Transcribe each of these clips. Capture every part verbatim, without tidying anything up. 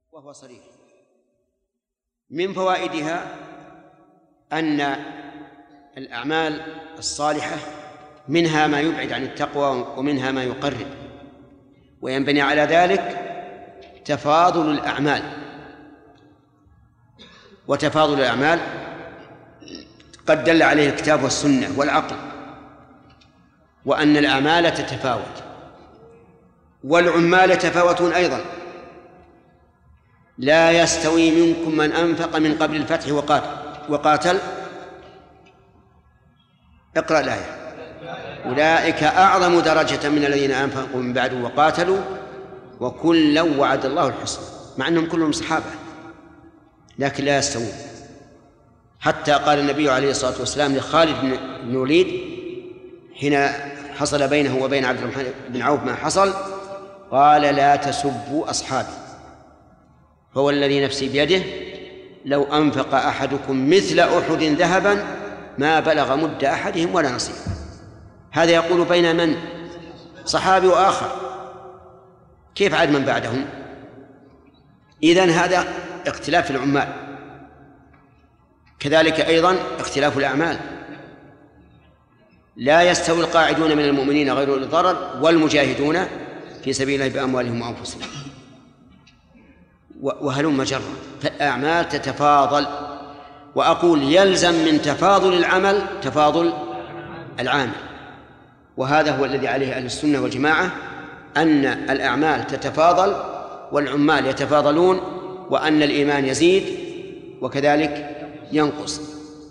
وهو صريح. من فوائدها أن الأعمال الصالحة منها ما يبعد عن التقوى ومنها ما يقرب، وينبني على ذلك تفاضل الأعمال. وتفاضل الأعمال قد دل عليه الكتاب والسنة والعقل، وأن الأعمال تتفاوت، والعمال يتفاوتون أيضا. لا يستوي منكم من أنفق من قبل الفتح وقاتل, وقاتل اقرأ الآية أولئك أعظم درجة من الذين أنفقوا من بعد وقاتلوا وكلا وعد الله الحسنى، مع أنهم كلهم صحابة لكن لا يستوون. حتى قال النبي عليه الصلاة والسلام لخالد بن الوليد حين حصل بينه وبين عبد الرحمن بن عوف ما حصل، قال لا تسبوا أصحابي فهو الذي نفسي بيده لو أنفق أحدكم مثل أحد ذهبا ما بلغ مد أحدهم ولا نصيب. هذا يقول بين من؟ صحابي وآخر، كيف عاد من بعدهم؟ إذن هذا اختلاف في العمال. كذلك أيضا اختلاف الأعمال. لا يستوي القاعدون من المؤمنين غير أولي الضرر والمجاهدون في سبيل الله بأموالهم وأنفسهم. وهلم جرا، فالأعمال تتفاضل. وأقول يلزم من تفاضل العمل تفاضل العامل، وهذا هو الذي عليه أهل السنة والجماعة، أن الأعمال تتفاضل والعمال يتفاضلون، وأن الإيمان يزيد وكذلك ينقص.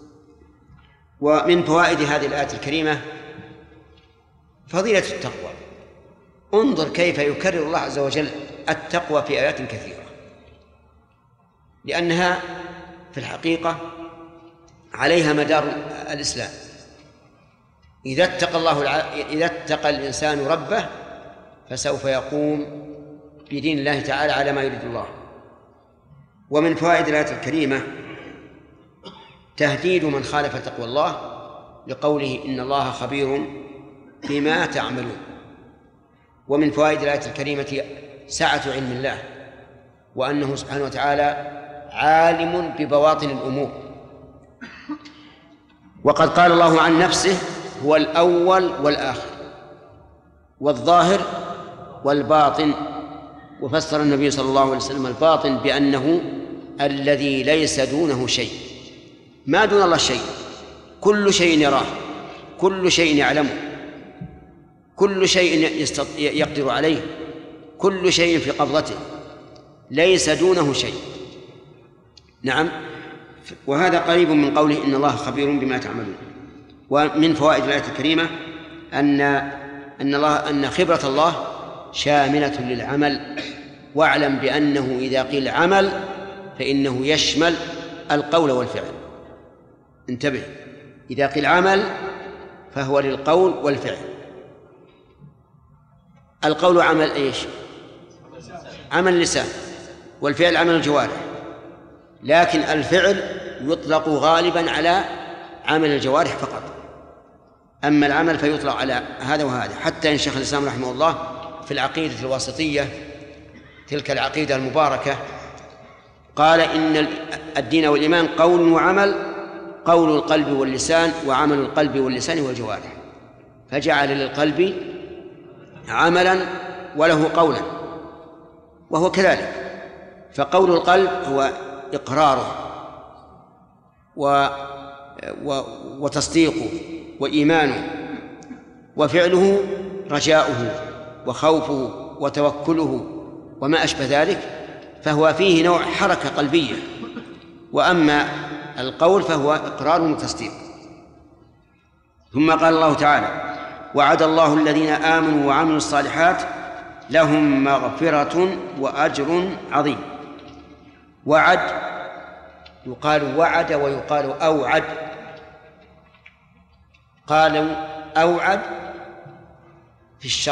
ومن فوائد هذه الآية الكريمة فضيلة التقوى. انظر كيف يكرر الله عز وجل التقوى في آيات كثيرة، لأنها في الحقيقة عليها مدار الإسلام. إذا اتقى الله الع... إذا اتقى الإنسان ربه فسوف يقوم بدين الله تعالى على ما يريد الله. ومن فوائد الآية الكريمة تهديد من خالف تقوى الله لقوله إن الله خبير بما تعملون. ومن فوائد الآية الكريمة سعة علم الله، وأنه سبحانه وتعالى عالم ببواطن الأمور. وقد قال الله عن نفسه هو الأول والآخر والظاهر والباطن، وفسر النبي صلى الله عليه وسلم الباطن بأنه الذي ليس دونه شيء. ما دون الله شيء، كل شيء يراه، كل شيء يعلمه، كل شيء يقدر عليه، كل شيء في قبضته، ليس دونه شيء. نعم، وهذا قريب من قوله إن الله خبير بما تعملون. ومن فوائد الآية الكريمة أن أن الله أن خبرة الله شاملة للعمل. واعلم بأنه إذا قيل عمل فإنه يشمل القول والفعل. انتبه، إذا قيل عمل فهو للقول والفعل. القول عمل إيش؟ عمل اللسان، والفعل عمل الجوارح. لكن الفعل يطلق غالبا على عمل الجوارح فقط، أما العمل فيطلق على هذا وهذا. حتى إن شيخ الإسلام رحمه الله في العقيدة الواسطية، تلك العقيدة المباركة، قال إن الدين والإيمان قول وعمل، قول القلب واللسان وعمل القلب واللسان والجوارح، فجعل للقلب عملا وله قولا، وهو كذلك. فقول القلب هو إقراره و... و... وتصديقه وإيمانه، وفعله رجاؤه وخوفه وتوكله وما أشبه ذلك، فهو فيه نوع حركة قلبية. وأما القول فهو إقرار وتصديق. ثم قال الله تعالى وعد الله الذين آمنوا وعملوا الصالحات لهم مغفرة وأجر عظيم. وعد يقال وعد ويقال أوعد. قالوا أوعد في الشر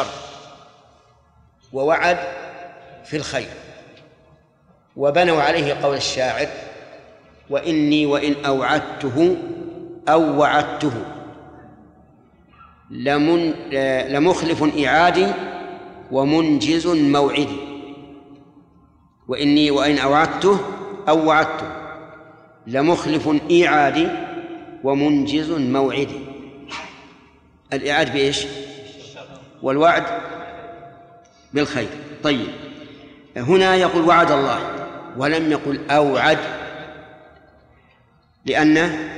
ووعد في الخير، وبنوا عليه قول الشاعر وإني وإن أوعدته أو وعدته لمن لمخلف إعادي ومنجز موعدي. وإني وإن أوعدته أو وعدته لمخلف إيعادي ومنجز موعدي. الإيعاد بإيش؟ والوعد بالخير. طيب، هنا يقول وعد الله ولم يقل أوعد، لأنه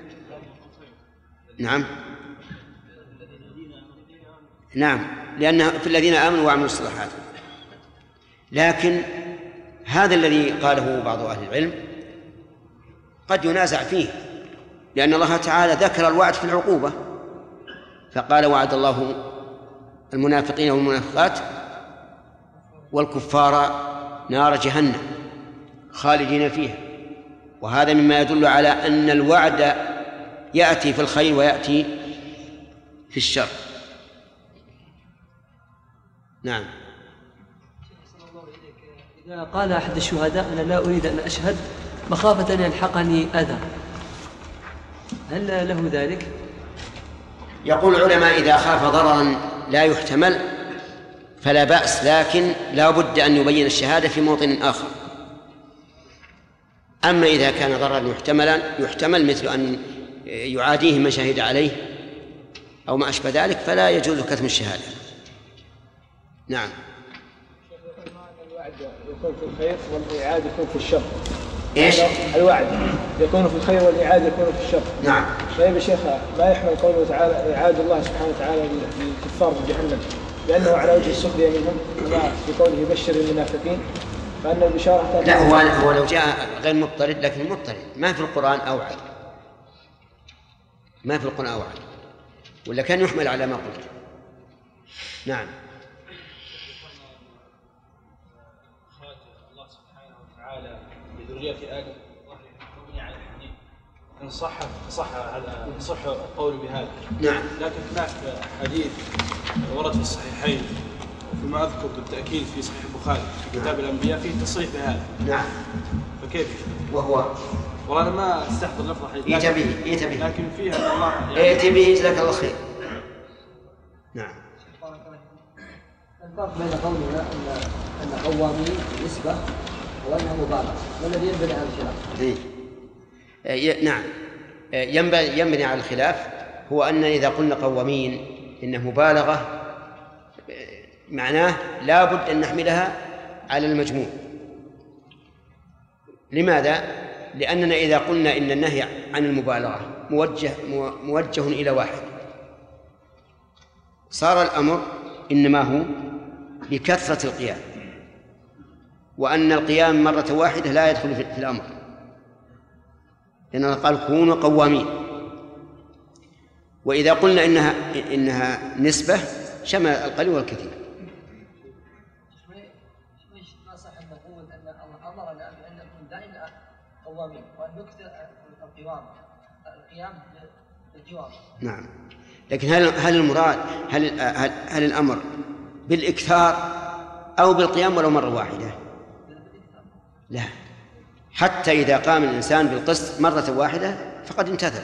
نعم نعم لأنه في الذين آمنوا وعملوا الصالحات. لكن هذا الذي قاله بعض أهل العلم قد ينازع فيه، لأن الله تعالى ذكر الوعد في العقوبة فقال وعد الله المنافقين والمنافقات والكفار نار جهنم خالدين فيها، وهذا مما يدل على أن الوعد يأتي في الخير ويأتي في الشر. نعم. إذا قال أحد الشهداء أنا لا أريد أن أشهد مخافة أن يلحقني أذى، هل له ذلك؟ يقول العلماء إذا خاف ضررا لا يحتمل فلا بأس، لكن لا بد أن يبين الشهادة في موطن آخر. أما إذا كان ضررا يحتملا يحتمل مثل أن يعاديه من شهد عليه أو ما أشبه ذلك فلا يجوز كتم الشهادة. نعم. الوعد يكون في الخير والإعادة يكون في الشر. إيش؟ الوعد يكون في الخير والإعادة يكون في الشر. نعم. طيب يا شيخ، ما يحمل قوله تعالى إعادة الله سبحانه وتعالى للكفار في جهنم لأنه على وجه السخرية منهم، كما في قوله بشر المنافقين، فأن البشارة لا هو هو لو جاء غير مضطرد، لكن مضطرد ما في القرآن أوعد، ما في القرآن أوعد، ولا كان يحمل على ما قلت. نعم. الله سبحانه وتعالى لذرية آدم مبني على الحديث إن صح صح هذا صح القول بهذا. نعم. لكن هناك حديث ورد في الصحيحين وفيما أذكر بالتأكيد في صحيح البخاري في كتاب الأنبياء فيه تصريح بهذا. نعم. فكيف؟ وهو والله أنا ما استحضر لفظ الحديث. إيت به إيت به. لكن فيها أن الله يعني إيت به جزاك الله خير. نعم. الفرق بين قولنا أن أن قوامين نسبة وأنها مبالغة، ما الذي ينبني على الخلاف؟ إيه. نعم، ينبني ينبني على الخلاف هو أن إذا قلنا قوامين إنه مبالغة معناه لا بد أن نحملها على المجموع. لماذا؟ لأننا إذا قلنا إن النهي عن المبالغة موجه موجه إلى واحد صار الأمر إنما هو بكثرة القيام، وأن القيام مرة واحدة لا يدخل في الأمر، لأنه قال كونوا قوامين. وإذا قلنا إنها إنها نسبة شمل القليل والكثير. ما صح أن نقول أن الله أمرنا بأن نكون دائما قوامين وأن نكثر القوام القيام بالجوار. نعم، لكن هل هل المراد هل هل, هل الأمر بالإكثار أو بالقيام ولو مرة واحدة؟ لا، حتى إذا قام الإنسان بالقسط مرة واحدة فقد امتثل،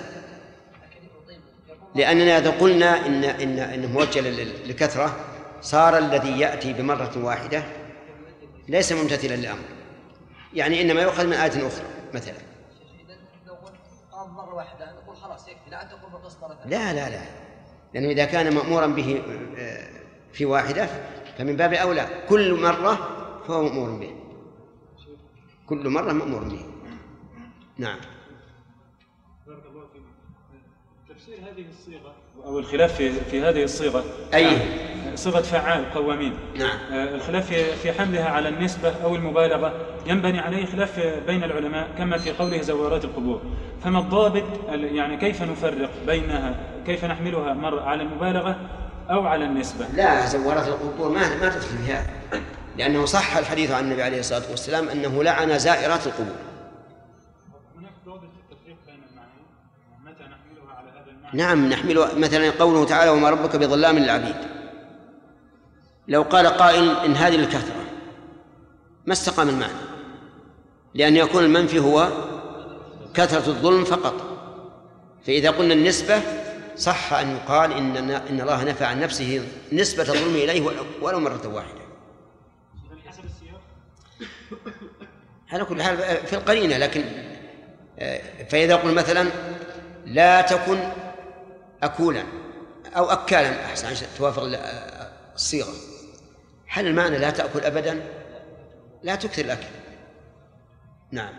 لأننا إذا قلنا إن إن إنه موجه للكثرة صار الذي يأتي بمرة واحدة ليس ممتثلا للأمر، يعني إنما يؤخذ من آية أخرى مثلا. لو قام مرة واحدة نقول خلاص يكفي، لا تقول بالقسط مرة ثانية. لا لا لا، لأنه إذا كان مأمورا به في واحدة فمن باب أولى كل مرة فهو مأمور به، كل مرة مأمور به. نعم. بارك الله فيك. تفسير هذه الصيغة أو الخلاف في في هذه الصيغة أي صيغة فعال قوامين. نعم. الخلاف في في حملها على النسبة أو المبالغة ينبني عليه خلاف بين العلماء كما في قوله زوارات القبور. فما الضابط يعني كيف نفرق بينها، كيف نحملها مرة على المبالغة أو على النسبة؟ لا، زوارات القبور ما ما تدخل في هذا، لأنه صح الحديث عن النبي عليه الصلاة والسلام أنه لعن زائرات القبور. هناك ضابط في التفريق بين المعنيين، متى نحملها على هذا المعنى؟ نعم، نحمل مثلا قوله تعالى وما ربك بظلام للعبيد، لو قال قائل إن هذه الكثرة ما استقام المعنى، لأن يكون المنفي هو كثرة الظلم فقط. فإذا قلنا النسبة صح أن يقال إن إن الله نفى عن نفسه نسبة الظلم إليه ولو مرة واحدة. على كل حال في القرينة. لكن فإذا قلنا مثلا لا تكن أكولا أو أكالا أحسن عشان توافق الصيغة، هل المعنى لا تأكل أبدا؟ لا تكثر الأكل. نعم.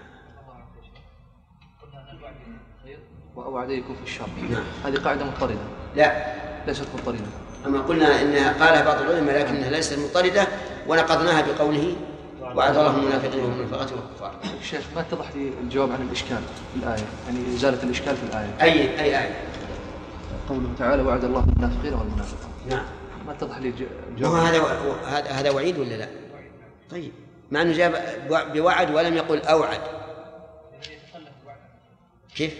وأوعديكم في الشر. نعم. هذه قاعدة مضطردة. لا ليست مضطردة. أما قلنا إنها قالها بعض العلماء لكنها ليست مضطردة، ونقضناها بقوله وعد الله المنافقين والمنافقات والكفار. الشيخ ما اتضح لي الجواب عن الإشكال في الآية، يعني إزالة الإشكال في الآية. أي أي آية؟ قوله تعالى وعد الله المنافقين والمنافقات. نعم. ما اتضح لي الجواب. هذا هذا هذا وعيد ولا لا؟ طيب مع أنه جاب بوعد ولم يقل أوعد. كيف؟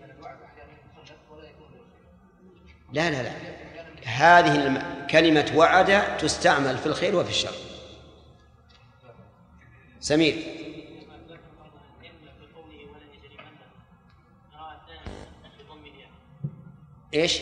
لا لا لا، هذه كلمة وعد تستعمل في الخير وفي الشر. سمير. ايش؟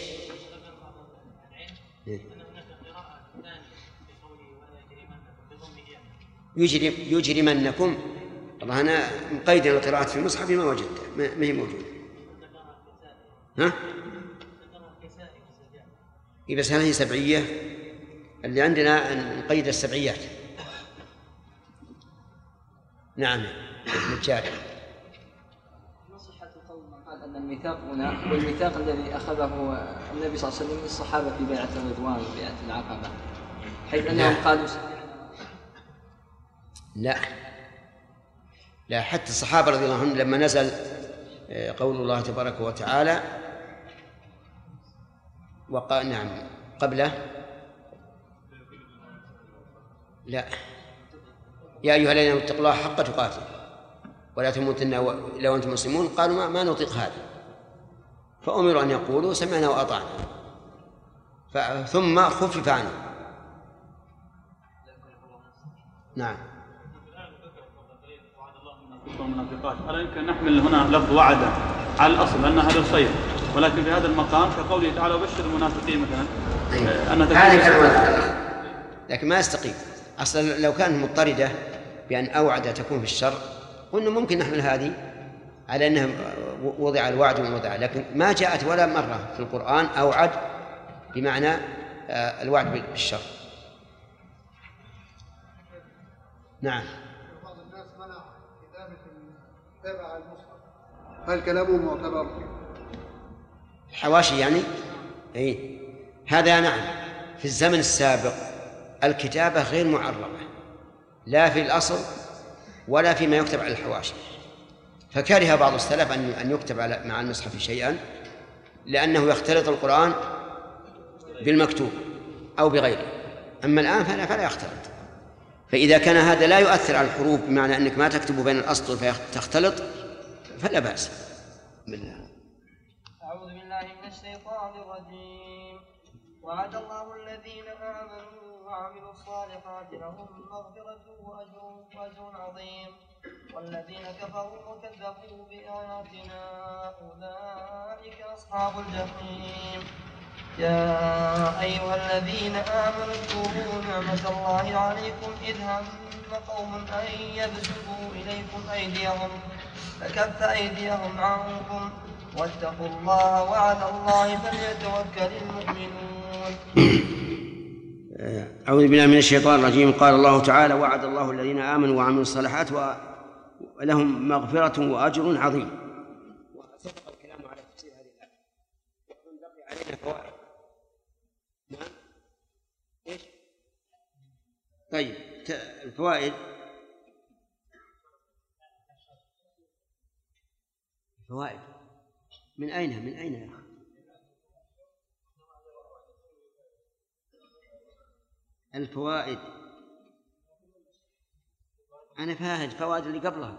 يجرم يجرمنكم. والله انا مقيد القراءات في المصحف ما وجدتها، ما هي موجوده. ها؟ إيه بس هذه سبعية، اللي عندنا نقيد السبعيات. نعم متشارك. ما صحة القول من قال أن الميثاق هنا هو الميثاق الذي أخذه النبي صلى الله عليه وسلم من الصحابة في بيعة الرضوان وبيعة العقبة، حيث أنهم قالوا لا لا، حتى الصحابة رضي الله عنهم لما نزل قول الله تبارك وتعالى وقال نعم قبله لا يا أيها الذين اتقوا الله حق تقاته ولا تموتن إلا وأنتم مسلمون، قالوا ما, ما نطيق هذا، فأمروا أن يقولوا سمعنا وأطعنا، ثم خفف عنه. نعم. والمنافقات ألا يمكن نحمل هنا لفظ وعد على الأصل أن هذا الخير، ولكن في هذا المقام كقوله تعالى وبشر المنافقين مثلا أن هذا لكن ما يستقيم. أصلا لو كانت مضطردة بأن أوعد تكون في الشر قلنا ممكن نحمل هذه على أنها وضع الوعد ووضع، لكن ما جاءت ولا مرة في القرآن أوعد بمعنى الوعد بالشر. نعم. بعض الناس منع كتابة الكتابة على المصحف، هل كلامه معتبر؟ الحواشي يعني؟ أي هذا نعم. في الزمن السابق الكتابة غير معربة لا في الأصل ولا فيما يكتب على الحواشي، فكره بعض السلف أن يكتب على مع المصحف شيئا لأنه يختلط القرآن بالمكتوب أو بغيره. أما الآن فلا, فلا يختلط. فإذا كان هذا لا يؤثر على الحروف بمعنى أنك ما تكتب بين الأسطر فتختلط فلا بأس. بالله. أعوذ بالله من الشيطان الرجيم. وعد الله الذين آمنوا وعملوا الصالحات لهم مغفرة وأجر وأجر عظيم، والذين كفروا وكذبوا بآياتنا أولئك أصحاب الجحيم. يا أيها الذين آمنوا اذكروا نعمة الله عليكم إذ هم قوم أن يبسطوا إليكم أيديهم فكف أيديهم عنكم واتقوا الله وعلى الله فليتوكل المؤمنون. أعوذ بالله من الشيطان الرجيم. قال الله تعالى وعد الله الذين آمنوا وعملوا الصالحات ولهم مغفرة وأجر عظيم. وسبق الكلام على تفسير هذه الآية ومن بقي علينا فوائد. نعم. إيش؟ طيب الفوائد الفوائد من أين من أين يا أخي؟ الفوائد أنا فاهد فوائد اللي قبلها.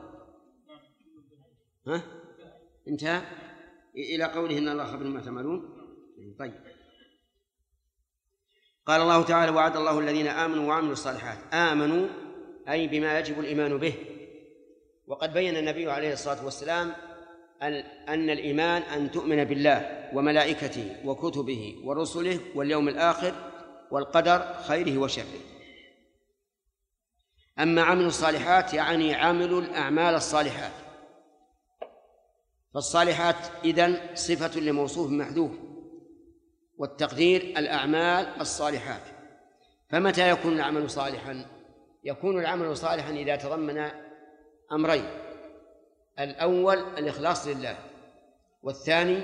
ها انتهى إلى قوله إن الله خبير ما تعملون. طيب قال الله تعالى وعد الله الذين آمنوا وعملوا الصالحات. آمنوا أي بما يجب الإيمان به، وقد بين النبي عليه الصلاة والسلام أن الإيمان أن تؤمن بالله وملائكته وكتبه ورسله واليوم الآخر والقدر خيره وشره. أما عمل الصالحات يعني عمل الأعمال الصالحات، فالصالحات إذن صفة لموصوف محذوف، والتقدير الأعمال الصالحات. فمتى يكون العمل صالحا؟ يكون العمل صالحا إذا تضمن أمرين: الأول الإخلاص لله، والثاني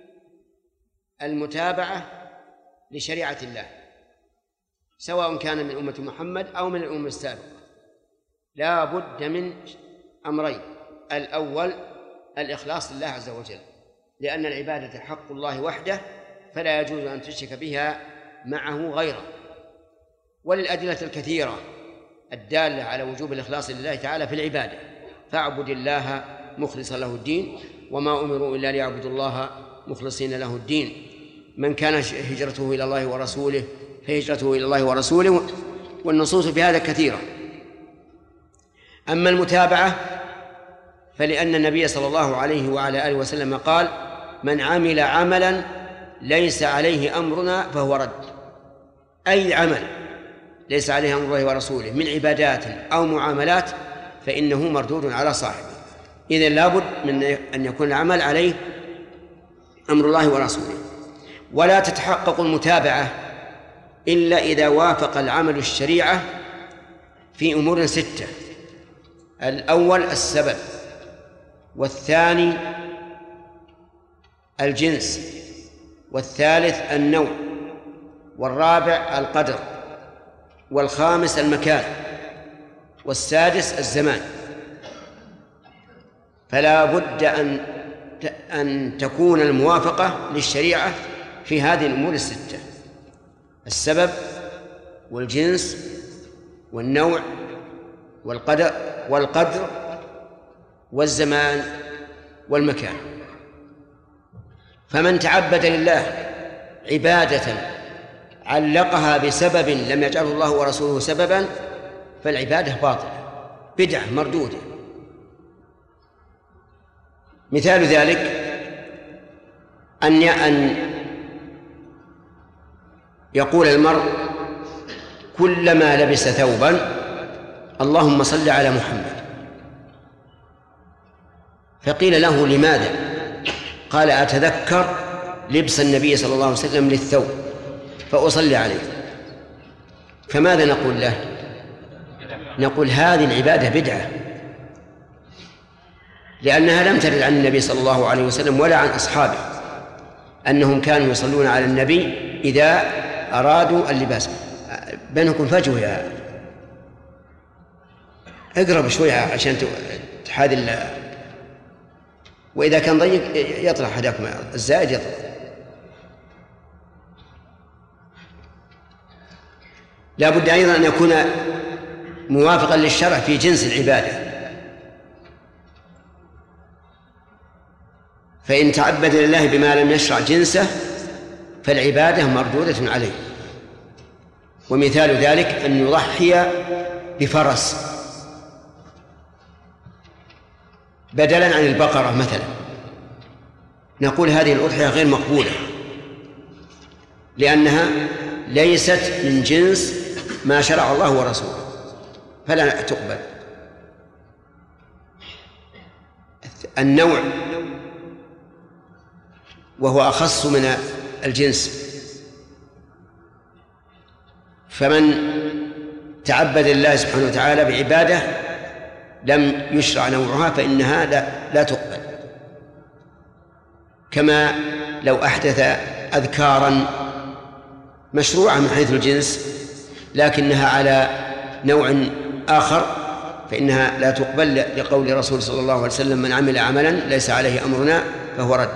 المتابعة لشريعة الله، سواء كان من أمة محمد أو من الأمم السابقة. لا بد من أمرين: الأول الإخلاص لله عز وجل، لأن العبادة حق الله وحده، فلا يجوز أن تشرك بها معه غيره. وللأدلة الكثيرة الدالة على وجوب الإخلاص لله تعالى في العبادة: فاعبد الله مخلصا له الدين وما أمروا إلا ليعبدوا الله مخلصين له الدين. من كان هجرته إلى الله ورسوله فهجرته إلى الله ورسوله، والنصوص في هذا كثيرة. أما المتابعة فلأن النبي صلى الله عليه وعلى آله وسلم قال: من عمل عملا ليس عليه أمرنا فهو رد. أي عمل ليس عليه أمر الله ورسوله من عبادات أو معاملات فإنه مردود على صاحبه. إذن لابد من أن يكون العمل عليه أمر الله ورسوله. ولا تتحقق المتابعة إلا إذا وافق العمل الشريعة في أمور ستة: الأول السبب، والثاني الجنس، والثالث النوع، والرابع القدر، والخامس المكان، والسادس الزمان. فلا بد أن أن تكون الموافقة للشريعة في هذه الأمور الستة: السبب والجنس والنوع والقدر والقدر والزمان والمكان. فمن تعبد لله عبادة علقها بسبب لم يجعله الله ورسوله سببا فالعبادة باطلة بدعة مردودة. مثال ذلك أن أن يقول المرء كلما لبس ثوبا: اللهم صل على محمد. فقيل له: لماذا؟ قال: أتذكر لبس النبي صلى الله عليه وسلم للثوب فأصلي عليه. فماذا نقول له؟ نقول هذه العبادة بدعة، لأنها لم ترد عن النبي صلى الله عليه وسلم ولا عن أصحابه أنهم كانوا يصلون على النبي إذا أرادوا اللباس. بينكم فجوة يا اقرب شوية عشان تحاذي، وإذا كان ضيق يطلع حداكم الزائد يطلع. لا بد أيضا أن يكون موافقا للشرع في جنس العبادة. فإن تعبد لله بما لم يشرع جنسه فالعبادة مردودة عليه. ومثال ذلك أن يضحي بفرس بدلا عن البقرة مثلا، نقول هذه الأضحية غير مقبولة لأنها ليست من جنس ما شرع الله ورسوله فلا تقبل. النوع وهو أخص من الجنس، فمن تعبد الله سبحانه وتعالى بعبادة لم يشرع نوعها فإنها لا, لا تقبل. كما لو أحدث أذكارا مشروعة من حيث الجنس لكنها على نوع آخر فإنها لا تقبل، لقول رسول صلى الله عليه وسلم: من عمل عملا ليس عليه أمرنا فهو رد.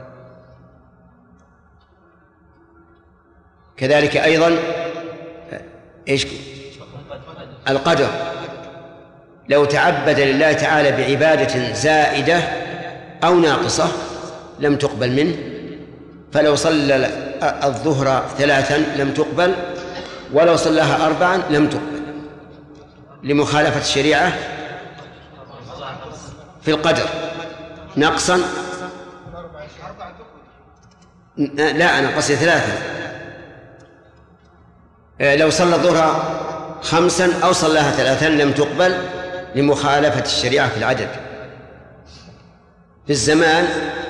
كذلك أيضا إيش القدر، لو تعبد لله تعالى بعبادة زائدة أو ناقصة لم تقبل منه، فلو صلى الظهر ثلاثا لم تقبل، ولو صلاها أربعا لم تقبل لمخالفة الشريعة في القدر نقصا. لا أنا قصدي ثلاثة. لو صلى الظهر خمسا أو صلاها ثلاثا لم تقبل لمخالفة الشريعة في العدد. في الزمان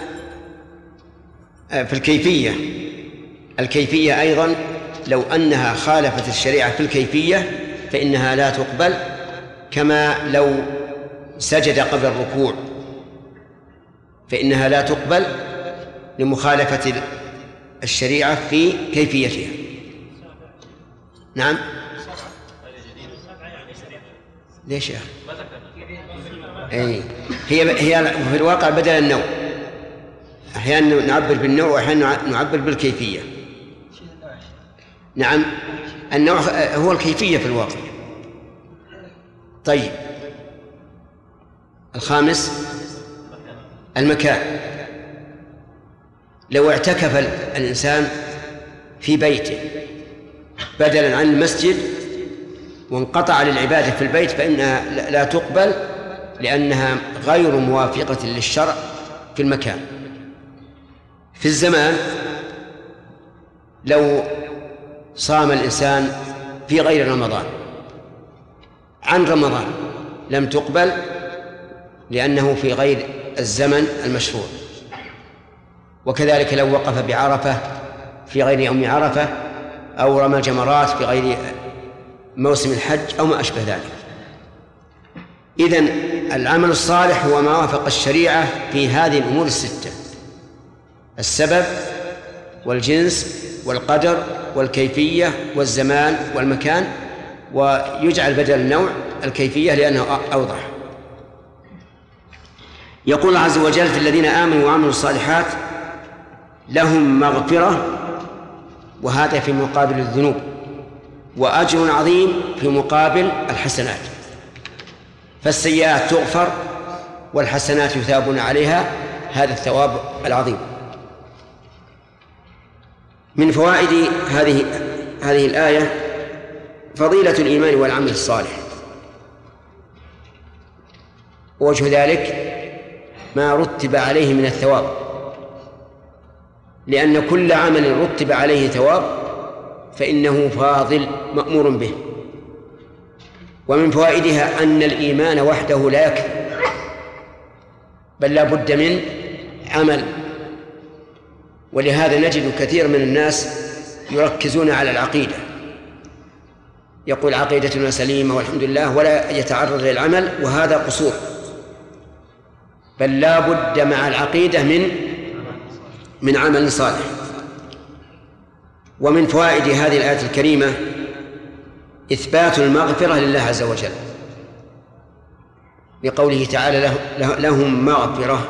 في الكيفية الكيفية أيضا لو أنها خالفت الشريعة في الكيفية فإنها لا تقبل، كما لو سجد قبل الركوع فإنها لا تقبل لمخالفة الشريعة في كيفيتها. نعم. ليش يا أخي؟ أي هي هي في الواقع بدل النوع، أحيانا نعبر بالنوع وأحيانا نعبر بالكيفية. نعم، النوع هو الكيفية في الواقع. طيب، الخامس المكان. لو اعتكف الإنسان في بيته بدلا عن المسجد وانقطع للعبادة في البيت فإنها لا تقبل لأنها غير موافقة للشرع في المكان. في الزمان لو صام الإنسان في غير رمضان عن رمضان لم تقبل لأنه في غير الزمن المشروع. وكذلك لو وقف بعرفة في غير يوم عرفة أو رمى الجمرات في غير موسم الحج أو ما أشبه ذلك. إذن العمل الصالح هو ما وافق الشريعة في هذه الأمور الستة: السبب والجنس والقدر والكيفية والزمان والمكان، ويجعل بدل النوع الكيفية لأنه أوضح. يقول الله عز وجل: في الذين آمنوا وعملوا الصالحات لهم مغفرة، وهذا في مقابل الذنوب، وأجر عظيم في مقابل الحسنات. فالسيئات تغفر والحسنات يثابون عليها، هذا الثواب العظيم. من فوائد هذه هذه الآية فضيلة الإيمان والعمل الصالح. ووجه ذلك ما رتب عليه من الثواب، لأن كل عمل رتب عليه ثواب فإنه فاضل مأمور به. ومن فوائدها أن الإيمان وحده لا يكفي، بل لا بد من عمل. ولهذا نجد كثير من الناس يركزون على العقيدة، يقول عقيدتنا سليمة والحمد لله، ولا يتعرض للعمل، وهذا قصور. بل لا بد مع العقيدة من من عمل صالح. ومن فوائد هذه الآية الكريمة إثبات المغفرة لله عز وجل، بقوله تعالى: لهم مغفرة.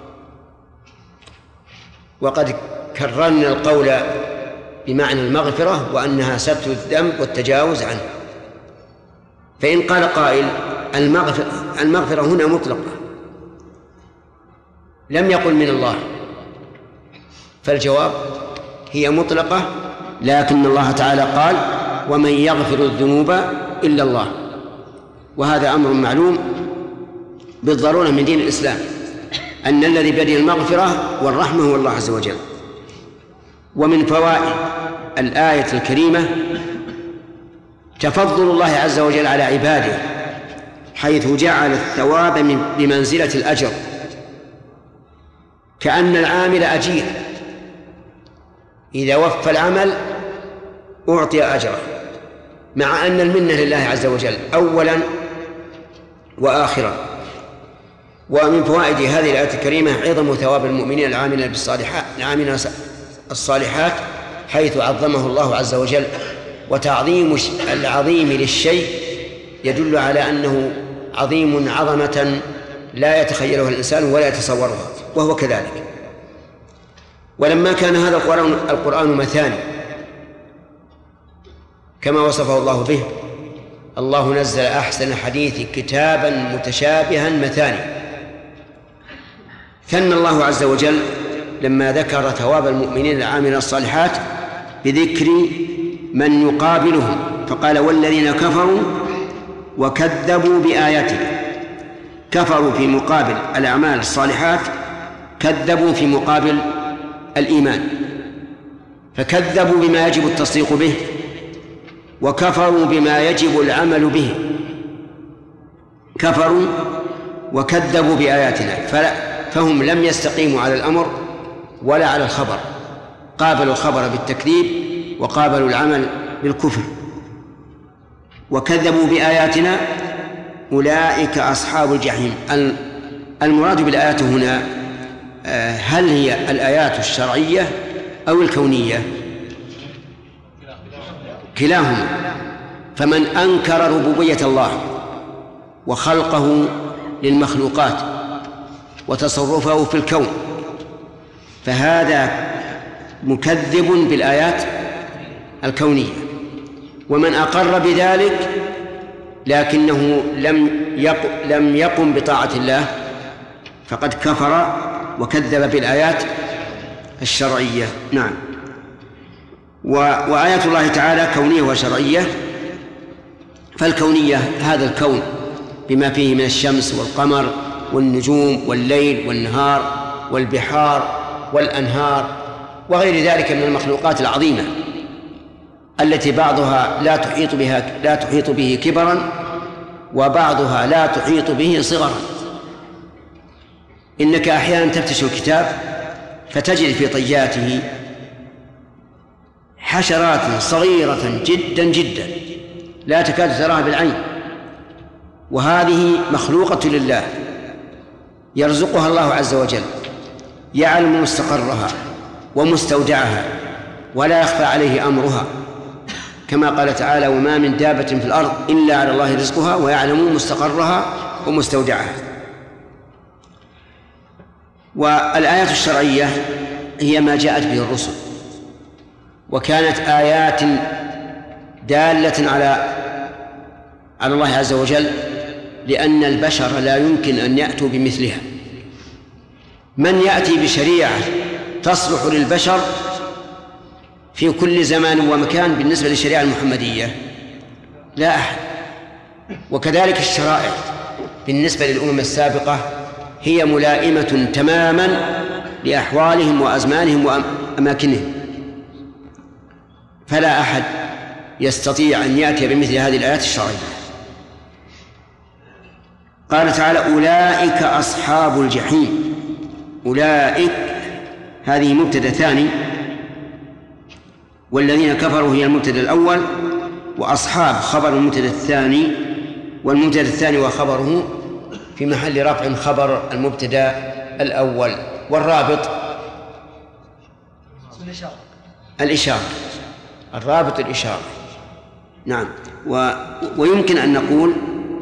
وقد كررنا القول بمعنى المغفرة وأنها ستر الذنب والتجاوز عنه. فإن قال قائل: المغفرة, المغفرة هنا مطلقة، لم يقل من الله، فالجواب: هي مطلقة، لكن الله تعالى قال: ومن يغفر الذنوب إلا الله. وهذا أمر معلوم بالضرورة من دين الإسلام، أن الذي بيده المغفرة والرحمة هو الله عز وجل. ومن فوائد الآية الكريمة تفضل الله عز وجل على عباده، حيث جعل الثواب بمنزلة الأجر، كأن العامل أجير، إذا وفى العمل أعطي أجره، مع أن المنة لله عز وجل أولا وآخرا. ومن فوائد هذه الآية الكريمة عظم ثواب المؤمنين العاملين بالصالحات العاملين الصالحات، حيث عظمه الله عز وجل. وتعظيم العظيم للشيء يدل على أنه عظيم عظمة لا يتخيلها الإنسان ولا يتصورها، وهو كذلك. ولما كان هذا القرآن, القرآن مثاني كما وصفه الله به: الله نزل أحسن الحديث كتابا متشابها مثاني. ثنى الله عز وجل لما ذكر ثواب المؤمنين العاملين الصالحات بذكر من يقابلهم، فقال: والذين كفروا وكذبوا بآياتنا. كفروا في مقابل الأعمال الصالحات، كذبوا في مقابل الإيمان، فكذبوا بما يجب التصديق به وكفروا بما يجب العمل به، كفروا وكذبوا بآياتنا، فهم لم يستقيموا على الأمر ولا على الخبر، قابلوا الخبر بالتكذيب وقابلوا العمل بالكفر وكذبوا بآياتنا. أولئك أصحاب الجحيم. المراد بالآيات هنا هل هي الآيات الشرعية أو الكونية؟ كلاهما. فمن أنكر ربوبية الله وخلقه للمخلوقات وتصرفه في الكون فهذا مكذب بالآيات الكونية، ومن أقر بذلك لكنه لم يقم, لم يقم بطاعة الله فقد كفر وكذب بالآيات الشرعية. نعم. وآيات الله تعالى كونية وشرعية. فالكونية هذا الكون بما فيه من الشمس والقمر والنجوم والليل والنهار والبحار والأنهار وغير ذلك من المخلوقات العظيمة التي بعضها لا تحيط بها لا تحيط به كبرا وبعضها لا تحيط به صغرا. إنك أحيانا تفتش الكتاب فتجد في طياته حشرات صغيرة جدا جدا لا تكاد تراها بالعين، وهذه مخلوقة لله يرزقها الله عز وجل، يعلم مستقرها ومستودعها ولا يخفى عليه أمرها، كما قال تعالى: وما من دابة في الأرض إلا على الله رزقها ويعلم مستقرها ومستودعها. والآيات الشرعية هي ما جاءت به الرسل، وكانت آيات دالة على على الله عز وجل، لأن البشر لا يمكن أن يأتوا بمثلها. من يأتي بشريعة تصلح للبشر في كل زمان ومكان بالنسبة للشريعة المحمدية؟ لا أحد. وكذلك الشرائع بالنسبة للأمم السابقة هي ملائمة تماما لأحوالهم وأزمانهم وأماكنهم، فلا أحد يستطيع أن يأتي بمثل هذه الآيات الشرعية. قال تعالى: أولئك أصحاب الجحيم. أولئك هذه مبتدأ ثاني، والذين كفروا هي المبتدأ الأول، وأصحاب خبر المبتدأ الثاني، والمبتدأ الثاني وخبره في محل رفع خبر المبتدأ الأول. والرابط الإشارة، الرابط الإشارة. نعم. و... ويمكن أن نقول،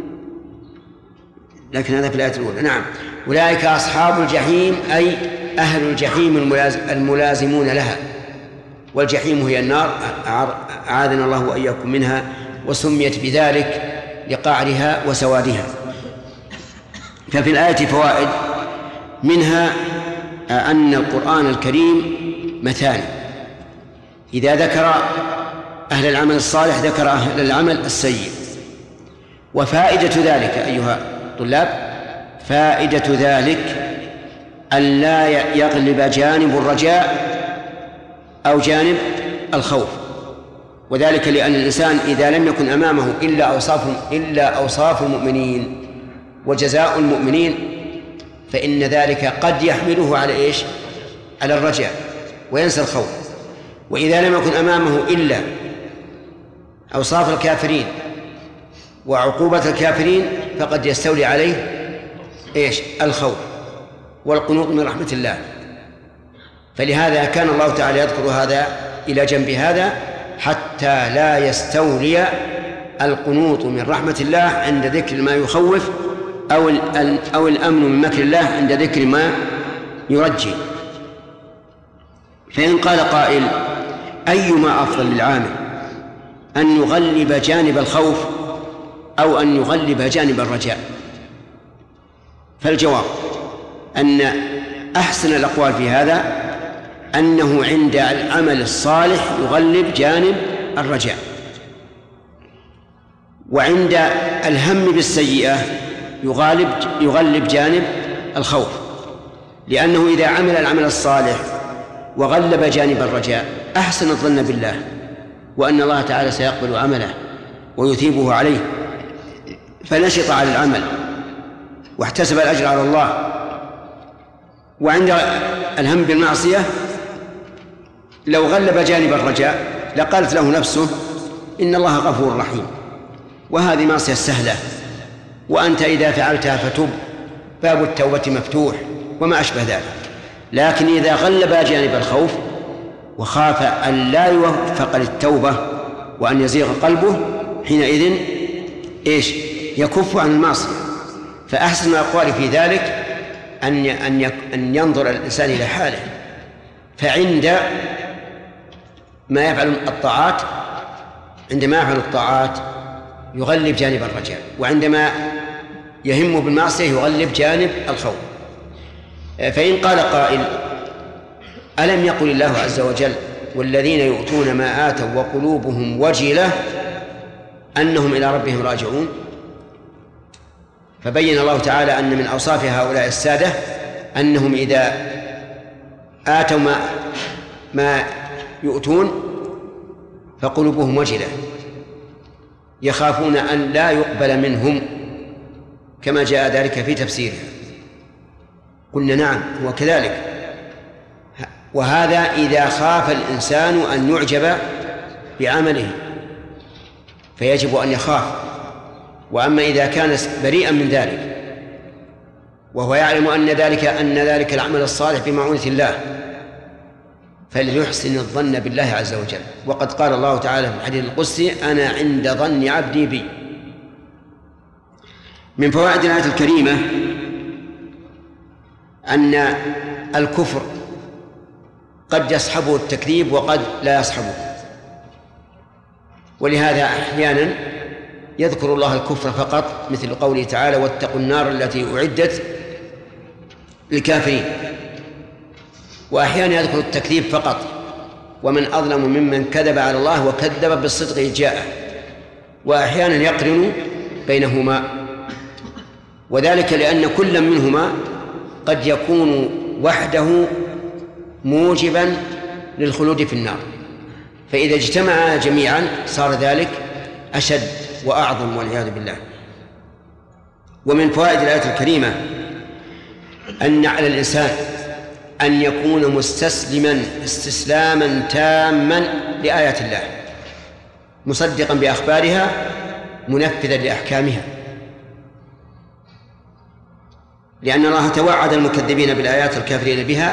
لكن هذا في الآية الأولى. نعم. أولئك أصحاب الجحيم أي أهل الجحيم الملازمون لها، والجحيم هي النار أعاذنا الله وإياكم منها، وسميت بذلك لقعرها وسوادها. ففي الآية فوائد، منها أن القرآن الكريم مثاني، إذا ذكر أهل العمل الصالح ذكر أهل العمل السيء. وفائدة ذلك أيها الطلاب، فائدة ذلك أن لا يغلب جانب الرجاء أو جانب الخوف، وذلك لأن الإنسان إذا لم يكن أمامه إلا أوصاف إلا أوصاف المؤمنين وجزاء المؤمنين فإن ذلك قد يحمله على إيش؟ على الرجاء وينسى الخوف. وإذا لم يكن أمامه إلا أوصاف الكافرين وعقوبة الكافرين فقد يستولي عليه إيش؟ الخوف والقنوط من رحمة الله. فلهذا كان الله تعالى يذكر هذا إلى جنب هذا حتى لا يستولي القنوط من رحمة الله عند ذكر ما يخوف أو أو الأمن من مكر الله عند ذكر ما يرجي. فإن قال قائل: أيما أفضل للعامل، أن يغلب جانب الخوف أو أن يغلب جانب الرجاء؟ فالجواب أن أحسن الأقوال في هذا أنه عند العمل الصالح يغلب جانب الرجاء، وعند الهم بالسيئة يغالب يغلب جانب الخوف، لأنه إذا عمل العمل الصالح وغلب جانب الرجاء أحسن الظن بالله وأن الله تعالى سيقبل عمله ويثيبه عليه، فنشط على العمل واحتسب الأجر على الله. وعند الهم بالمعصية لو غلب جانب الرجاء لقالت له نفسه إن الله غفور رحيم، وهذه معصية سهلة، وأنت إذا فعلتها فتب، باب التوبة مفتوح وما أشبه ذلك. لكن إذا غلب جانب الخوف وخاف أن لا يوفق للتوبة وأن يزيغ قلبه، حينئذ إيش؟ يكف عن المعصية. فأحسن الأقوال في ذلك أن أن ينظر الإنسان إلى حاله، فعند ما يفعل الطاعات عندما يفعل الطاعات يغلب جانب الرجاء، وعندما يهم بالمعصية يغلب جانب الخوف. فإن قال قائل: ألم يقل الله عز وجل: والذين يؤتون ما آتوا وقلوبهم وجلة أنهم إلى ربهم راجعون؟ فبين الله تعالى أن من أوصاف هؤلاء السادة أنهم إذا آتوا ما, ما يؤتون فقلوبهم وجلة، يخافون أن لا يقبل منهم، كما جاء ذلك في تفسيرها. قلنا نعم هو كذلك، وهذا إذا خاف الإنسان أن يعجب بعمله فيجب أن يخاف. وأما إذا كان بريئا من ذلك وهو يعلم أن ذلك أن ذلك العمل الصالح بمعونة الله فليحسن الظن بالله عز وجل. وقد قال الله تعالى في الحديث القدسي: أنا عند ظن عبدي بي. من فوائد الآية الكريمة أن الكفر قد يصحبه التكذيب وقد لا يصحبه، ولهذا أحيانا يذكر الله الكفر فقط، مثل قوله تعالى: واتقوا النار التي أعدت للكافرين. وأحيانا يذكر التكذيب فقط: ومن أظلم ممن كذب على الله وكذب بالصدق إذ جاءه. وأحيانا يقرن بينهما، وذلك لأن كل منهما قد يكون وحده موجبا للخلود في النار، فإذا اجتمعا جميعا صار ذلك أشد وأعظم والعياذ بالله. ومن فوائد الآية الكريمة أن على الإنسان أن يكون مستسلما استسلاما تاما لآيات الله، مصدقا بأخبارها، منفذا لأحكامها، لأن الله توعد المكذبين بالآيات الكافرين بها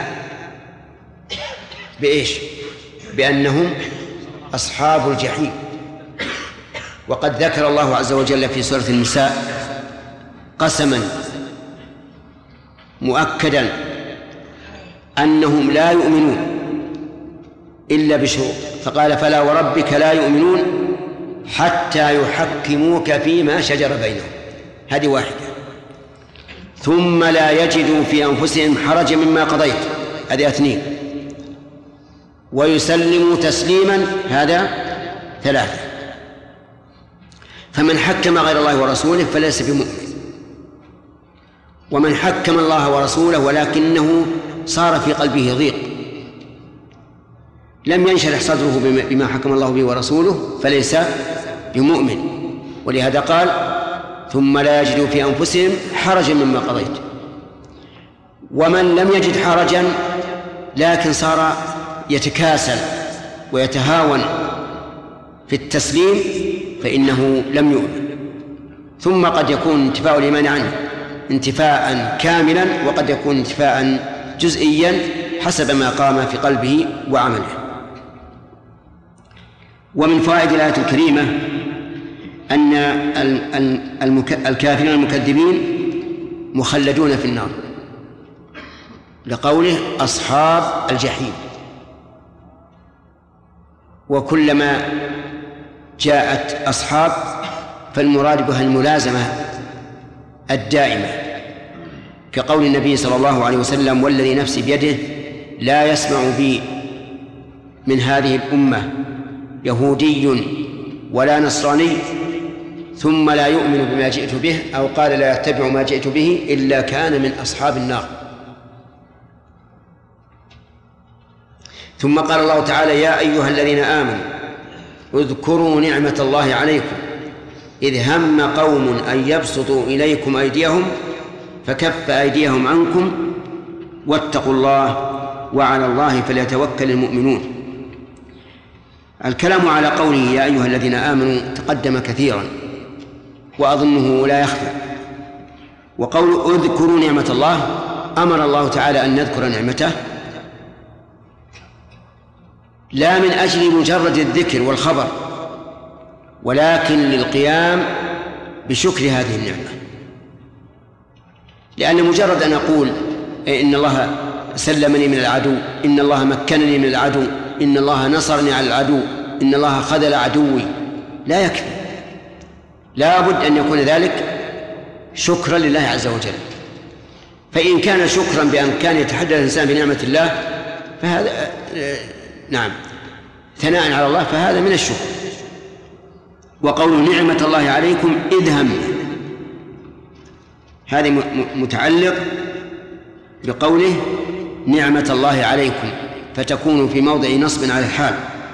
بإيش؟ بأنهم أصحاب الجحيم. وقد ذكر الله عز وجل في سورة النساء قسما مؤكدا أنهم لا يؤمنون إلا بشروط، فقال: فلا وربك لا يؤمنون حتى يحكموك فيما شجر بينهم. هذه واحدة. ثم لا يجدوا في أنفسهم حرجا مما قضيت، هذه اثنين. ويسلموا تسليما، هذا ثلاثة. فمن حكم غير الله ورسوله فليس بمؤمن، ومن حكم الله ورسوله ولكنه صار في قلبه ضيق، لم ينشرح صدره بما حكم الله به ورسوله، فليس بمؤمن. ولهذا قال: ثم لا يجدوا في أنفسهم حرجا مما قضيت. ومن لم يجد حرجا لكن صار يتكاسل ويتهاون في التسليم فإنه لم يؤمن. ثم قد يكون انتفاء الإيمان عنه انتفاء كاملا، وقد يكون انتفاء جزئيا حسب ما قام في قلبه وعمله. ومن فوائد الآية الكريمة أن الكافرين المكذبين مخلدون في النار، لقوله: أصحاب الجحيم. وكلما جاءت أصحاب فالمراد بها الملازمة الدائمة، كقول النبي صلى الله عليه وسلم: والذي نفسي بيده لا يسمع بي من هذه الأمة يهودي ولا نصراني ثم لا يؤمن بما جئت به، أو قال لا يتبع ما جئت به، إلا كان من أصحاب النار. ثم قال الله تعالى: يا أيها الذين آمنوا اذكروا نعمة الله عليكم إذ هم قوم أن يبسطوا إليكم أيديهم فكف أيديهم عنكم واتقوا الله وعلى الله فليتوكل المؤمنون. الكلام على قوله يا أيها الذين آمنوا تقدم كثيرا وأظنه لا يخفى. وقول اذكروا نعمة الله أمر الله تعالى أن نذكر نعمته لا من أجل مجرد الذكر والخبر، ولكن للقيام بشكر هذه النعمة. لأن مجرد أن أقول إن الله سلمني من العدو، إن الله مكنني من العدو، إن الله نصرني على العدو، إن الله خذل عدوي لا يكفي، لا بد أن يكون ذلك شكرا لله عز وجل. فإن كان شكرا بأن كان يتحدث الإنسان بنعمة الله فهذا نعم ثناء على الله فهذا من الشكر. وقول نعمة الله عليكم إذ هم هذا متعلق بقوله نعمة الله عليكم فتكون في موضع نصب على الحال.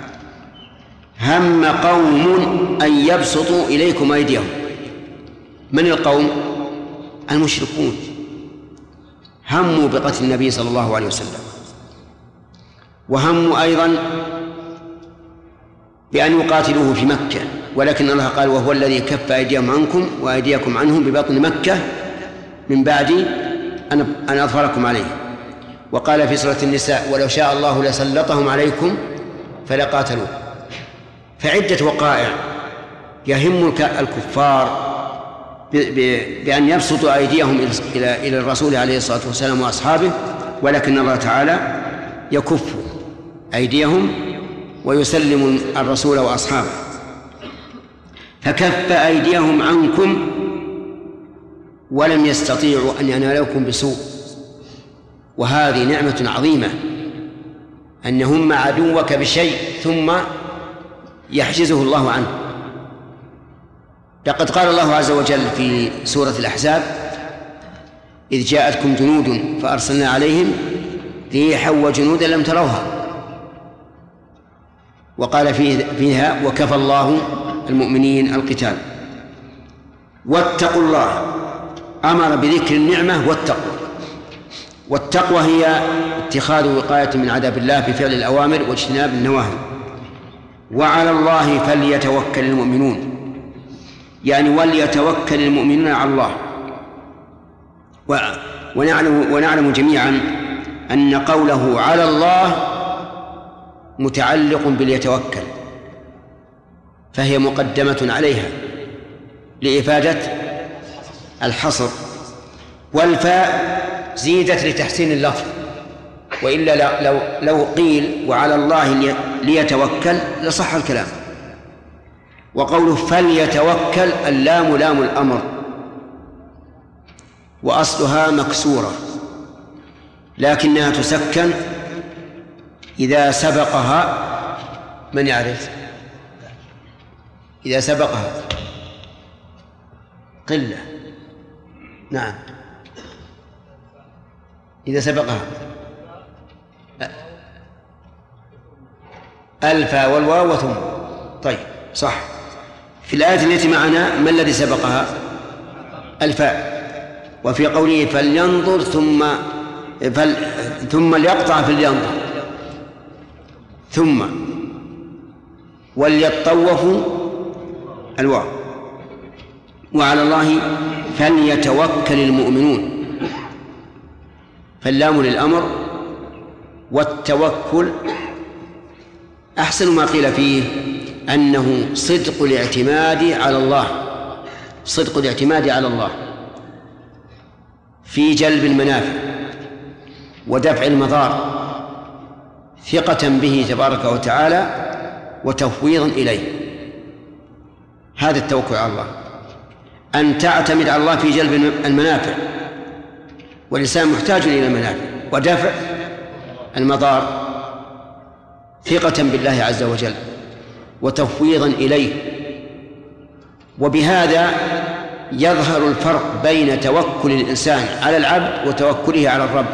هم قوم أن يبسطوا إليكم أيديهم. من القوم؟ المشركون هموا بقتل النبي صلى الله عليه وسلم، وهموا أيضا بأن يقاتلوه في مكة، ولكن الله قال وهو الذي كف أيديهم عنكم وأيديكم عنهم ببطن مكة من بعد أن أظفركم عليه. وقال في سورة النساء ولو شاء الله لسلطهم عليكم فلقاتلوه. فعدة وقائع يهم الكفار بأن يبسطوا أيديهم إلى الرسول عليه الصلاة والسلام وأصحابه، ولكن الله تعالى يكف أيديهم ويسلم الرسول وأصحابه. فكف أيديهم عنكم ولم يستطيعوا أن ينالوكم بسوء، وهذه نعمة عظيمة أن يهم عدوك بشيء ثم يحجزه الله عنه. لقد قال الله عز وجل في سورة الأحزاب إذ جاءتكم جنود فأرسلنا عليهم ريحا وجنودا لم تروها، وقال فيها وكفى الله المؤمنين القتال. واتقوا الله أمر بذكر النعمة والتقوى، والتقوى هي اتخاذ وقاية من عذاب الله بفعل الأوامر واجتناب النواهي. وعلى الله فليتوكل المؤمنون، يعني وليتوكل المؤمنون على الله. ونعلم, ونعلم جميعا أن قوله على الله متعلق باليتوكل، فهي مقدمة عليها لإفادة الحصر، والفاء زيدت لتحسين اللفظ، وإلا لو, لو قيل وعلى الله ليتوكل لصح الكلام. وقوله فليتوكل اللام لام الأمر وأصلها مكسورة، لكنها تسكن إذا سبقها من يعرف إذا سبقها قلة نعم إذا سبقها ألفا والواو وثم. طيب صح. في الآية التي معنا ما الذي سبقها؟ الفاء. وفي قوله فلينظر ثم فل ثم ليقطع فلينظر ثم وليطوفوا الواو. وعلى الله فليتوكل المؤمنون، فاللام للأمر، والتوكل أحسن ما قيل فيه أنه صدق الاعتماد على الله، صدق الاعتماد على الله في جلب المنافع ودفع المضار، ثقة به تبارك وتعالى وتفويضا إليه. هذا التوكل على الله، أن تعتمد على الله في جلب المنافع، والإنسان محتاج إلى المنافع ودفع المضار، ثقة بالله عز وجل وتفويضا إليه. وبهذا يظهر الفرق بين توكل الإنسان على العبد وتوكله على الرب.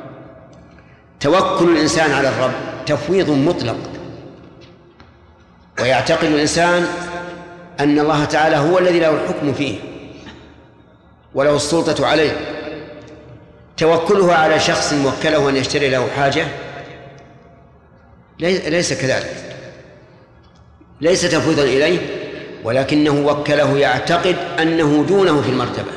توكل الإنسان على الرب تفويض مطلق، ويعتقد الإنسان أن الله تعالى هو الذي له الحكم فيه وله السلطة عليه. توكله على شخص وكله أن يشتري له حاجة ليس كذلك، ليس تفويضا إليه، ولكنه وكله يعتقد أنه دونه في المرتبة،